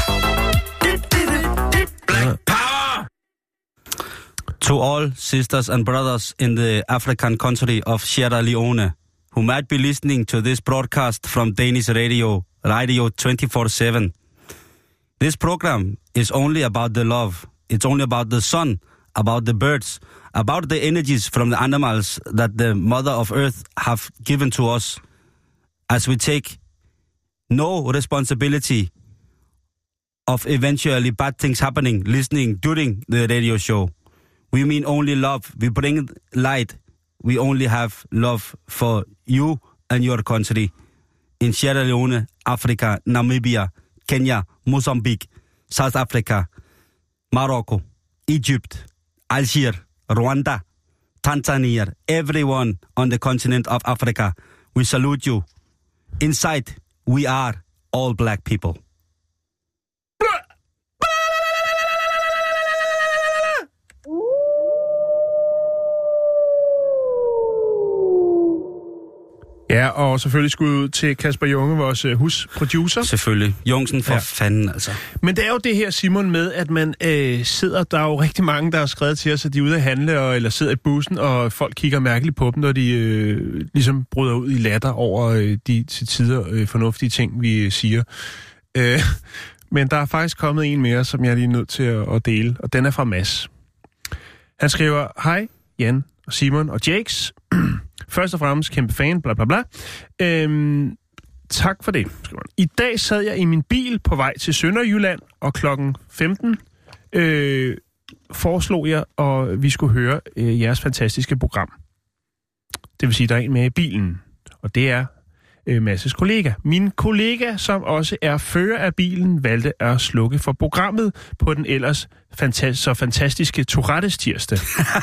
Black power. To all sisters and brothers in the African country of Sierra Leone who might be listening to this broadcast from Danish Radio 24/7. This program is only about the love. It's only about the sun, about the birds, about the energies from the animals that the Mother of Earth have given to us, as we take no responsibility of eventually bad things happening, listening during the radio show. We mean only love. We bring light. We only have love for you and your country. In Sierra Leone, Africa, Namibia, Kenya, Mozambique, South Africa, Morocco, Egypt, Algeria, Rwanda, Tanzania, everyone on the continent of Africa, we salute you. Inside, we are all black people. Ja, og selvfølgelig skud ud til Kasper Junge, vores husproducer. Selvfølgelig. Jungsen for fanden, altså. Men det er jo det her, Simon, med, at man sidder... Der er jo rigtig mange, der har skrevet til os, at de er ude at handle, eller sidder i bussen, og folk kigger mærkeligt på dem, når de ligesom bryder ud i latter over de til tider fornuftige ting, vi siger. Men der er faktisk kommet en mere, som jeg er lige nødt til at dele, og den er fra Mads. Han skriver, hej Jan og Simon og Jakes. Først og fremmest kæmpe fan, bla bla bla. Tak for det, skriver han. I dag sad jeg i min bil på vej til Sønderjylland, og klokken 15 foreslog jeg, at vi skulle høre jeres fantastiske program. Det vil sige, der er en med i bilen, og det er Masses kollega. Min kollega, som også er fører af bilen, valgte at slukke for programmet på den ellers så fantastiske Tourettes tirsdag.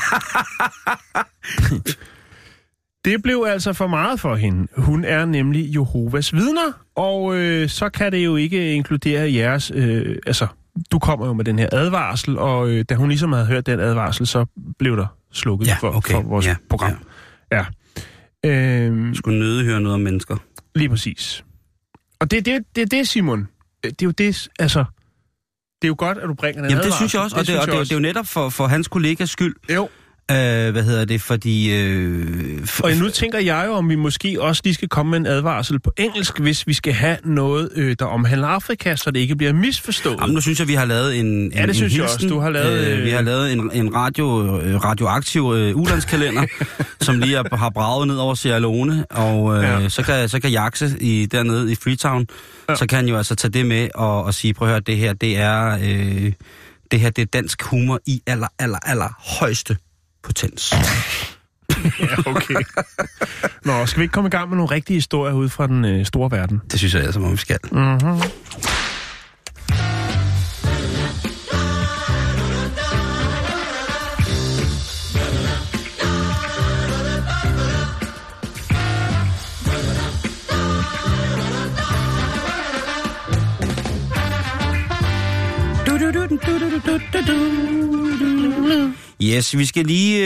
Det blev altså for meget for hende. Hun er nemlig Jehovas vidner, og så kan det jo ikke inkludere jeres... du kommer jo med den her advarsel, og da hun ligesom havde hørt den advarsel, så blev der slukket for vores program. Ja. Skulle nøde høre noget om mennesker. Lige præcis. Og det er det, Simon. Det er jo det, altså... Det er jo godt, at du bringer den advarsel. Det synes jeg også, og det er jo netop for hans kollegas skyld. Jo. Fordi... Og nu tænker jeg jo, om vi måske også lige skal komme med en advarsel på engelsk, hvis vi skal have noget, der omhandler Afrika, så det ikke bliver misforstået. Jamen, nu synes jeg, vi har lavet en ja, det synes jeg også. Du har lavet... Vi har lavet en radioaktiv ulandskalender, som lige har braget ned over Sierra Leone, og så kan Jakse dernede i Freetown, så kan han jo altså tage det med og sige, prøv at høre, det her, det er dansk humor i aller højeste potens. Ja, okay. Nå, skal vi ikke komme i gang med nogle rigtige historier ude fra den store verden? Det synes jeg altså, vi skal. Mhm. Yes, vi skal lige,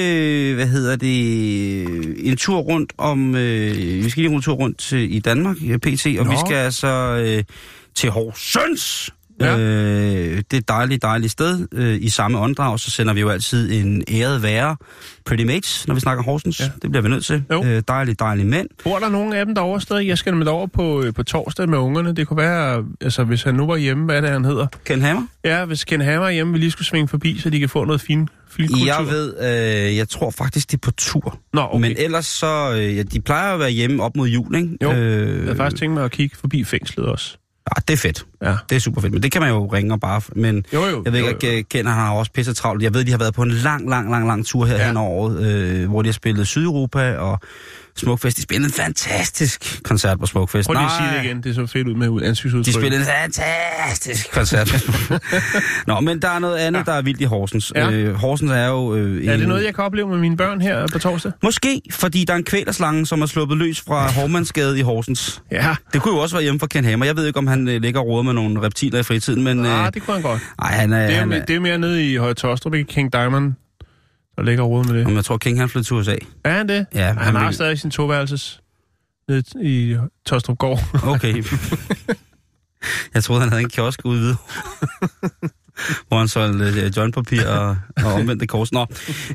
en tur rundt om, vi skal lige en tur rundt i Danmark, PT, og vi skal altså til Horsens. Ja. Det er et dejligt sted. I samme åndedrag, så sender vi jo altid en æret være pretty mates, når vi snakker Horsens. Ja. Det bliver vi nødt til. Dejlige mænd. Bor der nogen af dem derovre stadig? Jeg skal med over på torsdag med ungerne. Det kunne være, altså hvis han nu var hjemme, hvad er det, han hedder? Ken Hammer? Ja, hvis Ken Hammer er hjemme, vi lige skulle svinge forbi, så de kan få noget fin kultur. Jeg tror faktisk, det er på tur. Nå, okay. Men ellers så, de plejer at være hjemme op mod jul, ikke? Jo, jeg havde faktisk tænkt mig at kigge forbi fængslet også. Ja, det er fedt. Ja. Det er super fedt. Men det kan man jo ringe og bare... Men jeg ved ikke, at Ken har også pisse travlt. Jeg ved, de har været på en lang tur her hen over året, hvor de har spillet Sydeuropa og Smukfest. De spillede en fantastisk koncert på Smukfest. Prøv lige at sige det igen. Det så fedt ud med ansigtsudtryk. De spillede en fantastisk koncert. Nå, men der er noget andet, der er vildt i Horsens. Ja. Horsens er jo... Er det noget, jeg kan opleve med mine børn her på torsdag? Måske, fordi der er en kvælerslange, som er sluppet løs fra Hovmandsgade i Horsens. Ja. Det kunne jo også være hjemme fra Ken Hammer. Jeg ved ikke, om han ligger og råder med nogle reptiler i fritiden, men... det kunne han godt. Ej, det er mere nede i Høje Tostrup, ikke? King Diamond, der ligger og råder med det. Jamen, jeg tror, King han flyttede til USA. Er han det? Ja. Han har stadig sin toværelses nede i Tostrup Gård. Okay. Jeg troede, han havde en kiosk ude ved, hvor han solgte jointpapir og omvendte kors. Nå.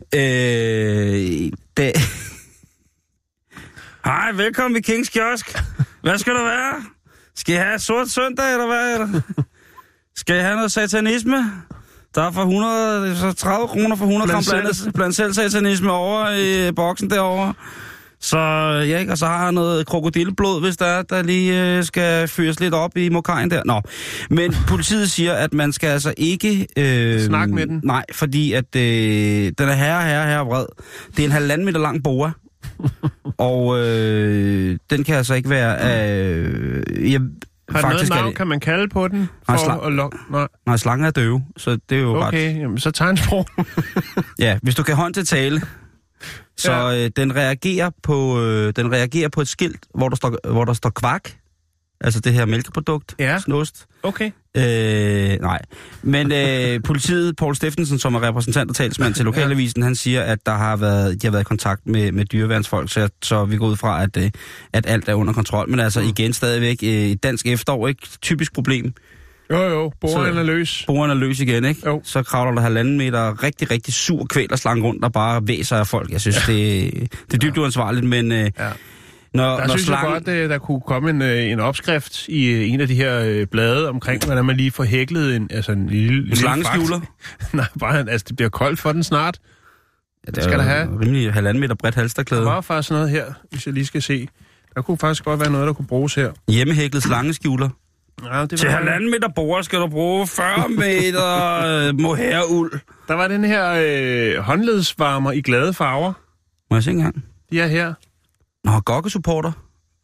Hej, velkommen i Kings kiosk. Hvad skal der være? Skal I have sort søndag, eller hvad? Skal I have noget satanisme? Der er for 30 kroner for 100 gram blandt selv satanisme over i boksen derovre. Så ja, ikke? Og så har jeg noget krokodilleblod, hvis der lige skal fyres lidt op i mokajen der. Nå, men politiet siger, at man skal altså ikke... Snak med den? Nej, fordi at den er herre vred. Det er en 1,5 meter lang boa. Og den kan altså ikke være... Har noget navn, kan man kalde på den? Nej, slangen er døve, så det er jo ret... Okay, jamen, så tegnsprog. Ja, hvis du kan hånd til tale, så den reagerer på et skilt, hvor der står kvak. Altså det her mælkeprodukt. Ja. Snost. Okay. Nej. Men politiet, Poul Steffensen, som er repræsentant og talsmand til Lokalavisen, han siger, at de har været i kontakt med dyreværnsfolk, så vi går ud fra, at alt er under kontrol. Men altså igen stadigvæk et dansk efterår, ikke? Typisk problem. Jo, boren er løs. Boren er løs igen, ikke? Jo. Så kravler der 1,5 meter rigtig, rigtig sur kvælerslange rundt, der bare væser af folk. Jeg synes, det er dybt uansvarligt, men... Der synes jeg godt, der kunne komme en opskrift i en af de her blade omkring, hvordan man lige får hæklet en lille slangeskjuler. Nej, bare det bliver koldt for den snart. Ja, det skal der have. Rimelig 1,5 meter bredt halsterklæde. Der var faktisk noget her, hvis jeg lige skal se. Der kunne faktisk godt være noget, der kunne bruges her. Hjemmehæklet slangeskjuler. Ja, det til 1,5 meter bord skal du bruge 40 meter mohairuld. Der var den her håndledsvarmer i glade farver. Må jeg se engang? De er her. Nå, gokkesupporter.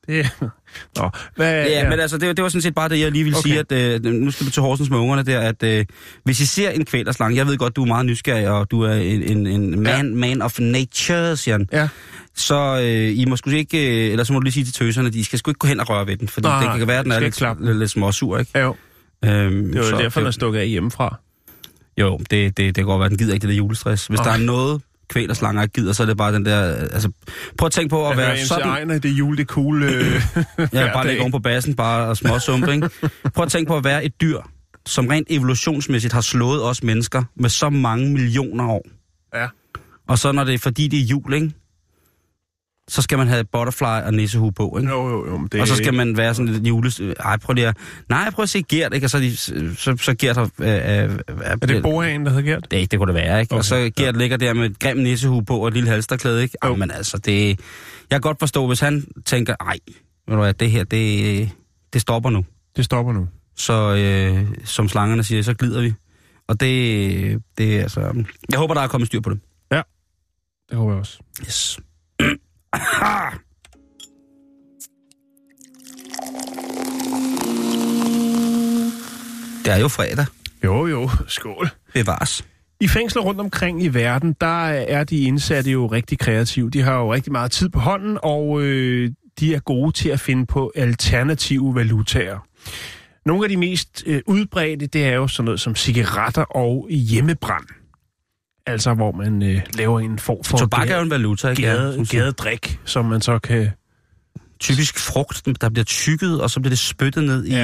Men altså, det var sådan set bare det, jeg lige ville sige, at nu skal du til Horsens med ungerne der, at hvis I ser en kvælerslange, jeg ved godt, du er meget nysgerrig, og du er en man of nature, siger han. Ja. Så I må sgu ikke, eller så må du lige sige til tøserne, de skal sgu ikke gå hen og røre ved den, fordi det kan være, at den er lidt småsur, ikke? Jo. Det er jo derfor, den er stukket af hjemmefra. Jo, det kan godt være, den gider ikke det der julestress. Hvis der er noget kvælerslanger ikke gider, så er det bare den der... Altså, prøv at tænke på at være sådan... Ejner, det jul, det er cool. Bare lægge oven på bassen, bare og småsumpe, ikke? Prøv at tænke på at være et dyr, som rent evolutionsmæssigt har slået os mennesker med så mange millioner år. Ja. Og så når det er fordi det er jul, ikke? Så skal man have butterfly og nissehue på, ikke? Jo. Og så skal man være sådan lidt jules... prøv at se Gert, ikke? Og så Gert har... er det boaen, der hedder Gert? Det kunne det være, ikke? Okay, og så Gert ligger der med et grim nissehue på og et lille halsterklæde, ikke? Men altså, det... Jeg kan godt forstå, hvis han tænker, ved du hvad, det her, det stopper nu. Det stopper nu. Så som slangerne siger, så glider vi. Og det er altså... Jeg håber, der er kommet styr på det. Ja, det håber jeg også. Yes. Det er jo fredag. Jo, skål. Bevares. I fængsler rundt omkring i verden, der er de indsatte jo rigtig kreative. De har jo rigtig meget tid på hånden, og de er gode til at finde på alternative valutaer. Nogle af de mest udbredte, det er jo sådan noget som cigaretter og hjemmebrand. Altså, hvor man laver en form for... Tobak er jo en valuta, ikke? Gadedrik, som man så kan... Typisk frugt, der bliver tykket, og så bliver det spyttet ned i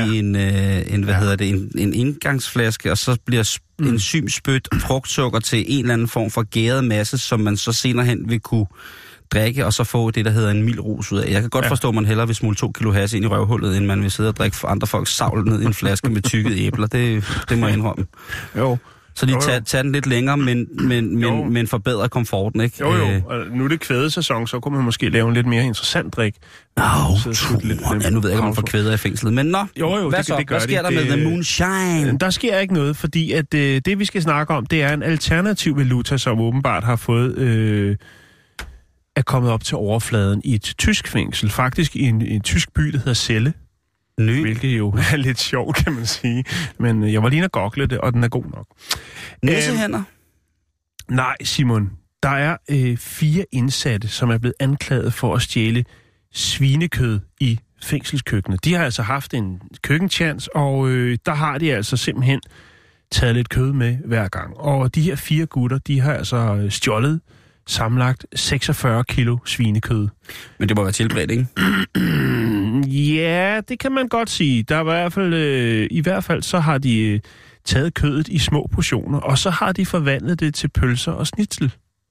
en indgangsflaske, og så bliver enzymspyt frugtsukker til en eller anden form for gæret masse, som man så senere hen vil kunne drikke, og så få det, der hedder en mild rus ud af. Jeg kan godt forstå, at man hellere vil smule 2 kilo hash ind i røvhullet, end man vil sidde og drikke for andre folks savl ned i en flaske med tykkede æbler. Det må jeg indrømme. Jo. Så de tager den lidt længere, men forbedrer komforten, ikke? Jo. Og nu er det kvædesæson, så kunne man måske lave en lidt mere interessant drik. Nu ved jeg ikke, om man får kvæder i fængslet, men hvad sker der med The Moonshine? Der sker ikke noget, fordi at det, vi skal snakke om, det er en alternativ valuta, som åbenbart har fået... er kommet op til overfladen i et tysk fængsel. Faktisk i en tysk by, der hedder Celle. Hvilket jo er lidt sjovt, kan man sige. Men jeg var lige at google det, og den er god nok. Næsehænder? Nej, Simon. Der er 4 indsatte, som er blevet anklaget for at stjæle svinekød i fængselskøkkenet. De har altså haft en køkkentjans, og der har de altså simpelthen taget lidt kød med hver gang. Og de her 4 gutter, de har altså stjålet sammenlagt 46 kilo svinekød. Men det må være tilberedt, ikke? Ja, det kan man godt sige. Der er i hvert fald så har de taget kødet i små portioner, og så har de forvandlet det til pølser og snitsel.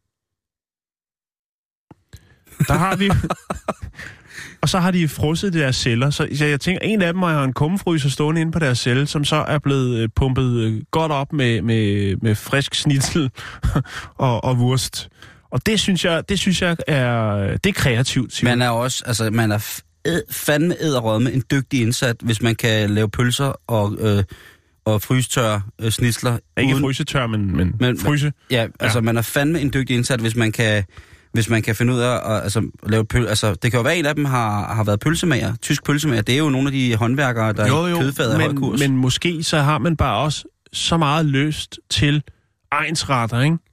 Der har vi... Og så har de frosset deres celler. Så jeg tænker, en af dem har en kummefryser stående inde på deres celle, som så er blevet pumpet godt op med frisk snitsel og wurst. Og det synes jeg er kreativt. Man er også, altså man er fandme æderrød med en dygtig indsat, hvis man kan lave pølser og frysetørre snitsler. Ikke frysetør, men fryse. Ja, altså man er fandme en dygtig indsat, hvis man kan finde ud af at lave pølser. Altså, det kan jo være, en af dem har været pølsemager. Tysk pølsemager, det er jo nogle af de håndværkere, der er kødfadet af høj kurs. Men måske så har man bare også så meget lyst til egnsretter, ikke?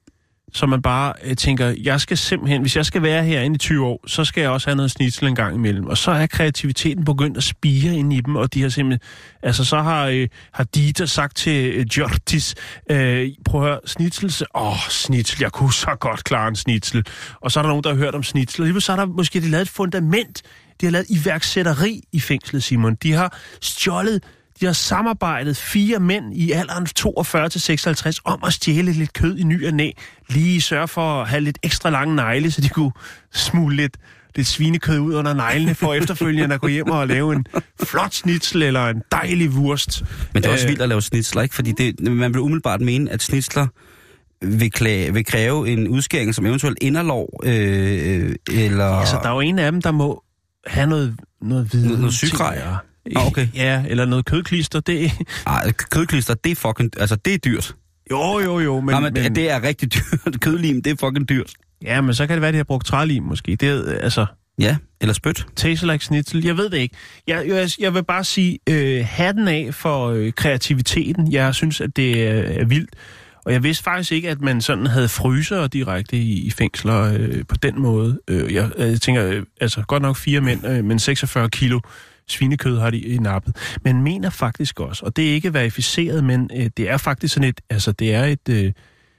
Så man bare tænker, jeg skal simpelthen, hvis jeg skal være herinde i 20 år, så skal jeg også have noget snitsel en gang imellem. Og så er kreativiteten begyndt at spire ind i dem, og de har simpelthen, altså så har Dieter sagt til Hjortis, prøv at høre, snitsel, snitsel, jeg kunne så godt klare en snitsel. Og så er der nogen, der har hørt om snitsel, og så er der måske de lavet et fundament, de har lavet iværksætteri i fængslet, Simon. De har stjålet, de har samarbejdet 4 mænd i alderen 42 til 56 om at stjæle lidt kød i ny og næ. Lige sørge for at have lidt ekstra lange negle, så de kunne smule lidt svinekød ud under neglene, for efterfølgende at gå hjem og lave en flot snitsel eller en dejlig wurst. Men det er også vildt at lave snitsler, ikke? Fordi man vil umiddelbart mene, at snitsler vil kræve en udskæring som eventuelt inderlov, eller... Altså, der er jo en af dem, der må have noget hvide. Noget sygrej. Okay. Ja, eller noget kødklister, det... Kødklister, det er fucking... Altså, det er dyrt. Jo, men det er rigtig dyrt. Kødlim, det er fucking dyrt. Ja, men så kan det være, at de har brugt trælim måske. Det er, altså... Ja, eller spyt. Taste like schnitzel, jeg ved det ikke. Jeg vil bare sige, hatten af for kreativiteten. Jeg synes, at det er vildt. Og jeg vidste faktisk ikke, at man sådan havde fryser direkte i fængsler på den måde. Jeg tænker, altså godt nok 4 mænd, men 46 kilo svinekød har de i nappet. Men mener faktisk også, og det er ikke verificeret, men det er faktisk sådan et, altså det er et,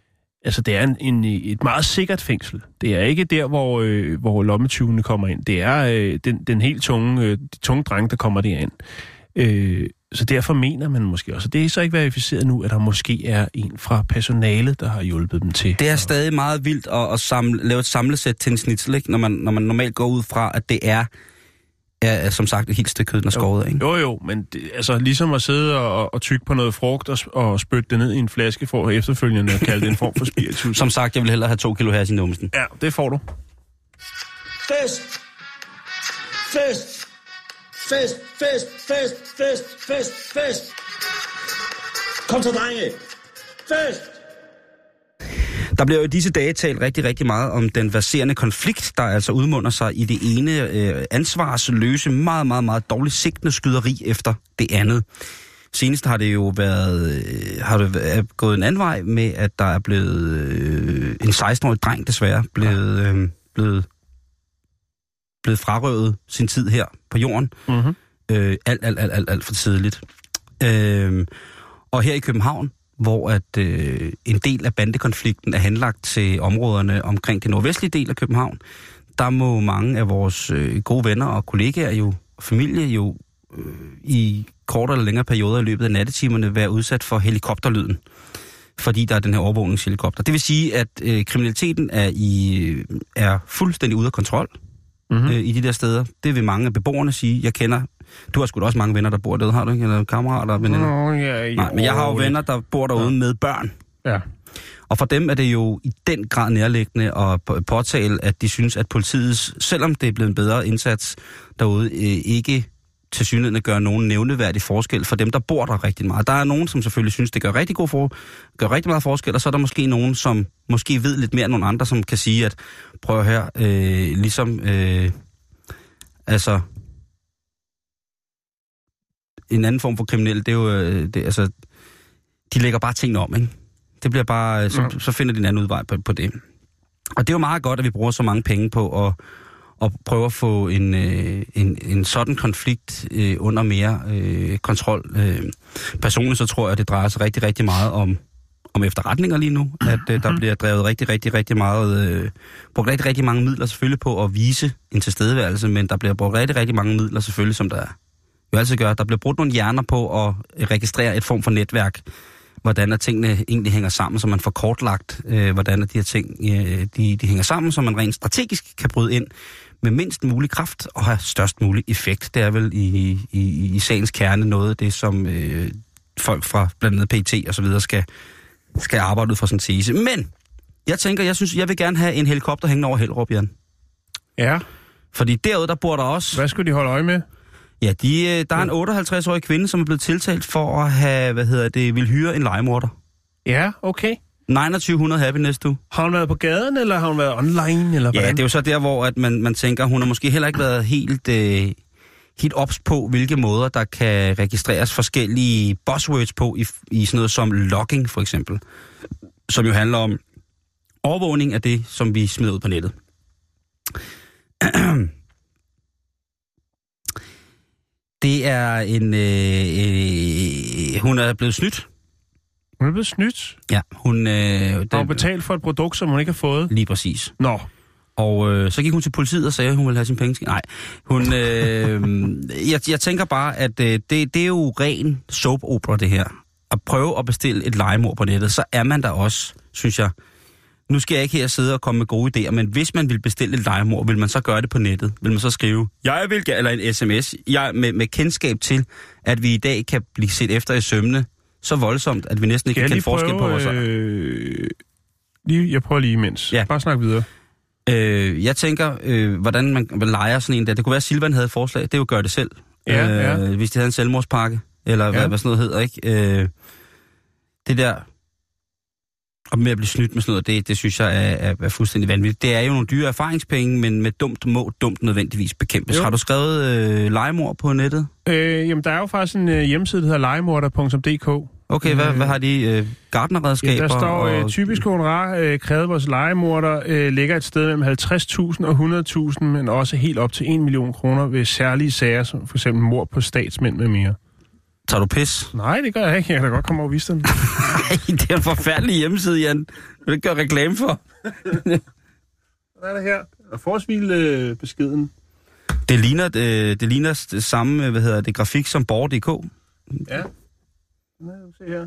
et meget sikkert fængsel. Det er ikke der, hvor lommetyvene kommer ind. Det er den helt tunge dreng, der kommer derind. Så derfor mener man måske også, og det er så ikke verificeret nu, at der måske er en fra personalet, der har hjulpet dem til. Det er stadig meget vildt at lave et samlesæt til en snitsel, ikke? Når man normalt går ud fra, at det er som sagt et helt stykke kød, der er skåret, ikke? Jo, men det, altså ligesom at sidde og tygge på noget frugt og spytte det ned i en flaske for efterfølgende at kalde det en form for spiritus. Som sagt, jeg vil hellere have 2 kilo her i numsen. Ja, det får du. Fest! Fest! Fest, fest, fest, fest, fest, fest. Kom så, drenge. Fest! Der bliver jo i disse dage talt rigtig, rigtig meget om den verserende konflikt, der altså udmunder sig i det ene ansvarsløse, meget, meget, meget dårligt sigtende skyderi efter det andet. Senest har det jo været gået en anden vej med, at der er blevet en 16-årig dreng desværre blevet frarøvet sin tid her på jorden. Mm-hmm. Alt for tidligt. Og her i København, hvor at en del af bandekonflikten er henlagt til områderne omkring den nordvestlige del af København, der må mange af vores gode venner og kollegaer og familie i kortere eller længere perioder i løbet af nattetimerne være udsat for helikopterlyden, fordi der er den her overvågningshelikopter. Det vil sige, at kriminaliteten er fuldstændig ude af kontrol. Mm-hmm. I de der steder. Det vil mange af beboerne sige. Du har sgu da også mange venner, der bor derude, har du ikke? Eller kammerater? Nej, men jeg har jo venner, der bor derude med børn. Ja. Og for dem er det jo i den grad nærliggende at påtale, at de synes, at politiet, selvom det er blevet en bedre indsats derude, ikke tilsyneladende gør nogen nævneværdig forskel for dem, der bor der rigtig meget. Der er nogen, som selvfølgelig synes, det gør rigtig meget forskel, og så er der måske nogen, som måske ved lidt mere end nogle andre, som kan sige, at prøv her, en anden form for kriminelle, det er jo, de lægger bare tingene om, ikke? Det bliver bare, så finder de en anden udvej på det. Og det er jo meget godt, at vi bruger så mange penge på at prøve at få en sådan konflikt under mere kontrol. Personligt så tror jeg, at det drejer sig rigtig, rigtig meget om efterretninger lige nu. At der bliver drevet rigtig meget, brugt rigtig mange midler selvfølgelig på at vise en tilstedeværelse, men der bliver brugt rigtig mange midler selvfølgelig, som der jo altid gør. Der bliver brugt nogle hjerner på at registrere et form for netværk, hvordan tingene egentlig hænger sammen, så man får kortlagt, hvordan de her ting de hænger sammen, så man rent strategisk kan bryde ind med mindst mulig kraft og have størst mulig effekt. Det er vel i sagens kerne noget af det, som folk fra blandt andet PET og så videre skal arbejde ud fra sådan en tese. Men jeg vil gerne have en helikopter hængende over Hellerup, Jan. Ja. Fordi derude, der bor der også... Hvad skulle de holde øje med? Ja, der er en 58-årig kvinde, som er blevet tiltalt for at have, vil hyre en legemorder. Ja, okay. 2900 happiness, du. Har hun været på gaden, eller har hun været online, eller hvad? Ja, det er jo så der, hvor at man tænker, hun har måske heller ikke været helt ops på, hvilke måder, der kan registreres forskellige buzzwords på i sådan noget som logging, for eksempel. Som jo handler om overvågning af det, som vi smider ud på nettet. Det er hun er blevet snydt. Hun er blevet snydt? Ja, hun... har betalt for et produkt, som hun ikke har fået? Lige præcis. Nå. Og så gik hun til politiet og sagde, at hun ville have sin penge. Nej, hun... jeg tænker bare, at det er jo ren soap opera, det her. At prøve at bestille et legemord på nettet, så er man der også, synes jeg. Nu skal jeg ikke her sidde og komme med gode idéer, men hvis man vil bestille et legemord, vil man så gøre det på nettet? Vil man så skrive, eller en sms, med kendskab til, at vi i dag kan blive set efter i sømmene, så voldsomt, at vi næsten ikke kan kende forskel på os. Jeg prøver lige imens. Ja. Bare snak videre. Jeg tænker, hvordan man leger sådan en der. Det kunne være, at Silvan havde et forslag. Det er jo gøre det selv. Ja. Hvis de havde en selvmordspakke, eller hvad sådan noget hedder, ikke? Det der... Og med at blive snydt med sådan noget, det synes jeg er fuldstændig vanvittigt. Det er jo nogle dyre erfaringspenge, men med dumt må dumt nødvendigvis bekæmpes. Jo. Har du skrevet legemord på nettet? Jamen, der er jo faktisk en hjemmeside, der hedder legemorder.dk. Okay, hvad har de gartnerredskaber? Ja, der står, typisk honorar krævet vores legemorder ligger et sted mellem 50.000 og 100.000, men også helt op til 1 million kroner ved særlige sager, som for eksempel mord på statsmænd med mere. Tager du pis? Nej, det gør jeg ikke. Jeg kan da godt komme over og vise den. Nej, det er en forfærdelig hjemmeside, Jan. Vil du ikke gøre reklame for? Hvad er det her? Forsvil beskeden. Det ligner det samme, grafik som Borg.dk. Ja. Nej, se her.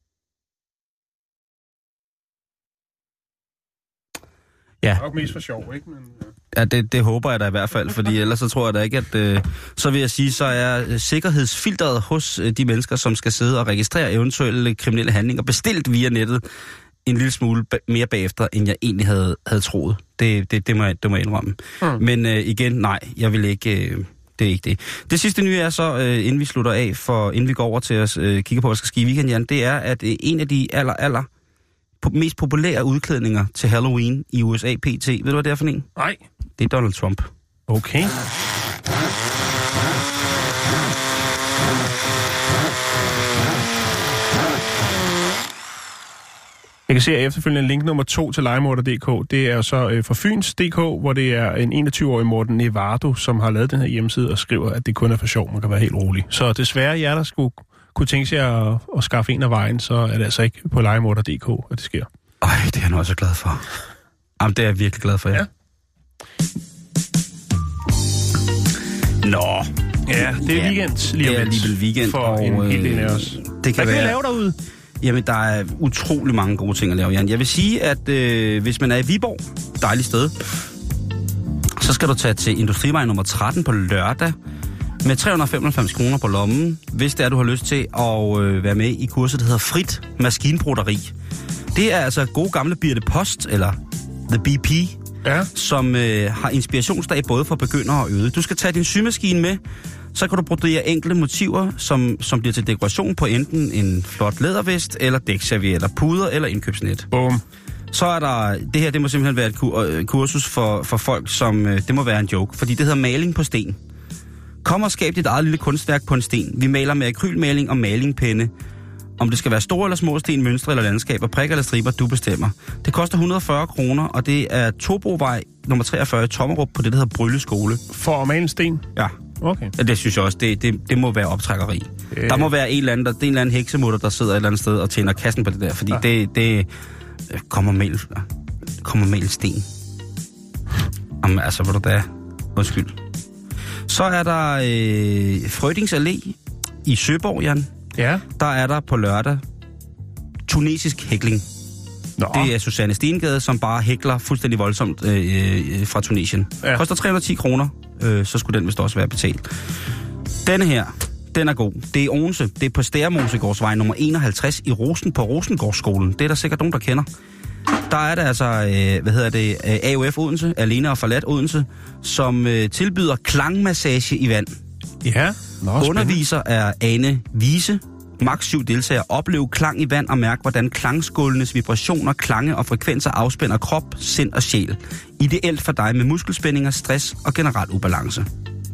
Ja. Det er nok mest for sjov, ikke? Men... Ja, det håber jeg da i hvert fald, fordi ellers så tror jeg da ikke, at... så vil jeg sige, så er sikkerhedsfilteret hos de mennesker, som skal sidde og registrere eventuelle kriminelle handlinger, bestilt via nettet en lille smule mere bagefter, end jeg egentlig havde troet. Det må jeg indrømme. Men igen, nej, jeg vil ikke... det er ikke det. Det sidste nye er så, inden vi slutter af, inden vi går over til at kigge på, hvad der skal ske i weekenden, Jan, det er, at en af de mest populære udklædninger til Halloween i USA pt. Ved du, hvad det er for en? Nej. Det er Donald Trump. Okay. Jeg kan se, at efterfølgende link nummer 2 til legemorder.dk, det er så fra Fyns.dk, hvor det er en 21-årig Morten Nevardo, som har lavet den her hjemmeside og skriver, at det kun er for sjov, man kan være helt rolig. Så desværre, jer der skulle kunne tænke sig at skaffe en af vejen, så er det altså ikke på legemorder.dk, at det sker. Det er jeg nu også glad for. Jamen, det er jeg virkelig glad for, ja. Nå. Ja, det er weekend lige om lidt. Det er alligevel weekend. For en hel del af os. Det kan Hvad kan vi lave derude? Jamen, der er utrolig mange gode ting at lave, Jan. Jeg vil sige, at hvis man er i Viborg, dejligt sted, så skal du tage til Industrivej nummer 13 på lørdag med 395 kroner på lommen, hvis det er, du har lyst til at være med i kurset, der hedder Frit Maskinbroderi. Det er altså gode gamle Birte Post, eller The BP, som har inspirationsdag både for begyndere og øde. Du skal tage din symaskine med, så kan du brodere enkelte motiver, som bliver til dekoration på enten en flot lædervest, eller dækservietter, puder eller indkøbsnet. Boom. Så er der, det her, det må simpelthen være et kursus for folk, som, det må være en joke, fordi det hedder maling på sten. Kom og skab dit eget lille kunstværk på en sten. Vi maler med akrylmaling og malingpenne. Om det skal være store eller små sten, mønstre eller landskaber, prikker eller striber, du bestemmer. Det koster 140 kroner, og det er Tobrovej nummer 43 i Tommerup på det, der hedder Brylle Skole. For at male en sten? Ja. Okay. Ja, det synes jeg også, det må være optrækkeri. Der må være en eller anden heksemutter, der sidder et eller andet sted og tjener kassen på det der, fordi det kommer mel sten. Jamen, altså, hvor du da... Undskyld. Så er der Frødings Allé i Søborg, Jan. Ja. Der er der på lørdag tunesisk hækling. Nå. Det er Susanne Stengade, som bare hækler fuldstændig voldsomt fra Tunesien. Ja. Koster 310 kroner, så skulle den vist også være betalt. Denne her, den er god. Det er Odense. Det er på Stærmosegårdsvej nummer 51 i på Rosengårdsskolen. Det er der sikkert nogen, der kender. Der er der altså, AUF Odense, Alene og Forladt Odense, som tilbyder klangmassage i vand. Ja. Underviser er Ane Wiese. Max 7 deltagere. Oplev klang i vand og mærk, hvordan klangskålenes vibrationer, klange og frekvenser afspænder krop, sind og sjæl. Ideelt for dig med muskelspændinger, stress og generel ubalance.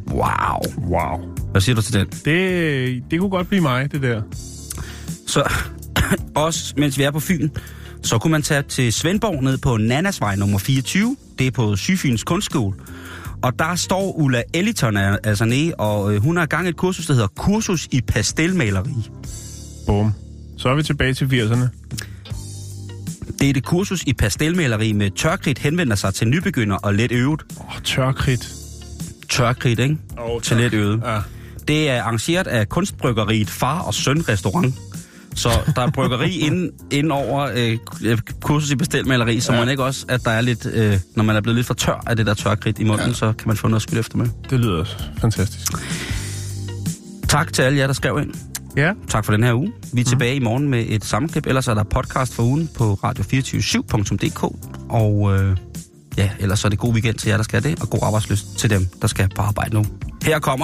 Wow. Hvad siger du til den? Det kunne godt blive mig, det der. Så også, mens vi er på Fyn, så kunne man tage til Svendborg ned på Nannasvej nummer 24. Det er på Sydfyns Kunstskole. Og der står Ulla Elliton altså nede, og hun har gang et kursus, der hedder Kursus i Pastelmaleri. Boom. Så er vi tilbage til 80'erne. Det er det kursus i pastelmaleri med tørkridt henvender sig til nybegynder og let øvet. Tørkridt. Tørkridt, ikke? Til let øvet. Ja. Det er arrangeret af kunstbryggeriet Far og Søn Restaurant. Så der er bryggeri inden over kursus i pastelmaleri, så man ikke også, at der er lidt, når man er blevet lidt for tør af det der tørkridt i munden, så kan man få noget skyld efter med. Det lyder fantastisk. Tak til alle jer, der skrev ind. Ja. Tak for den her uge. Vi er tilbage i morgen med et sammenklip. Ellers er der podcast for ugen på radio247.dk. Og ellers er det god weekend til jer, der skal det. Og god arbejdsløst til dem, der skal på arbejde nu. Her kommer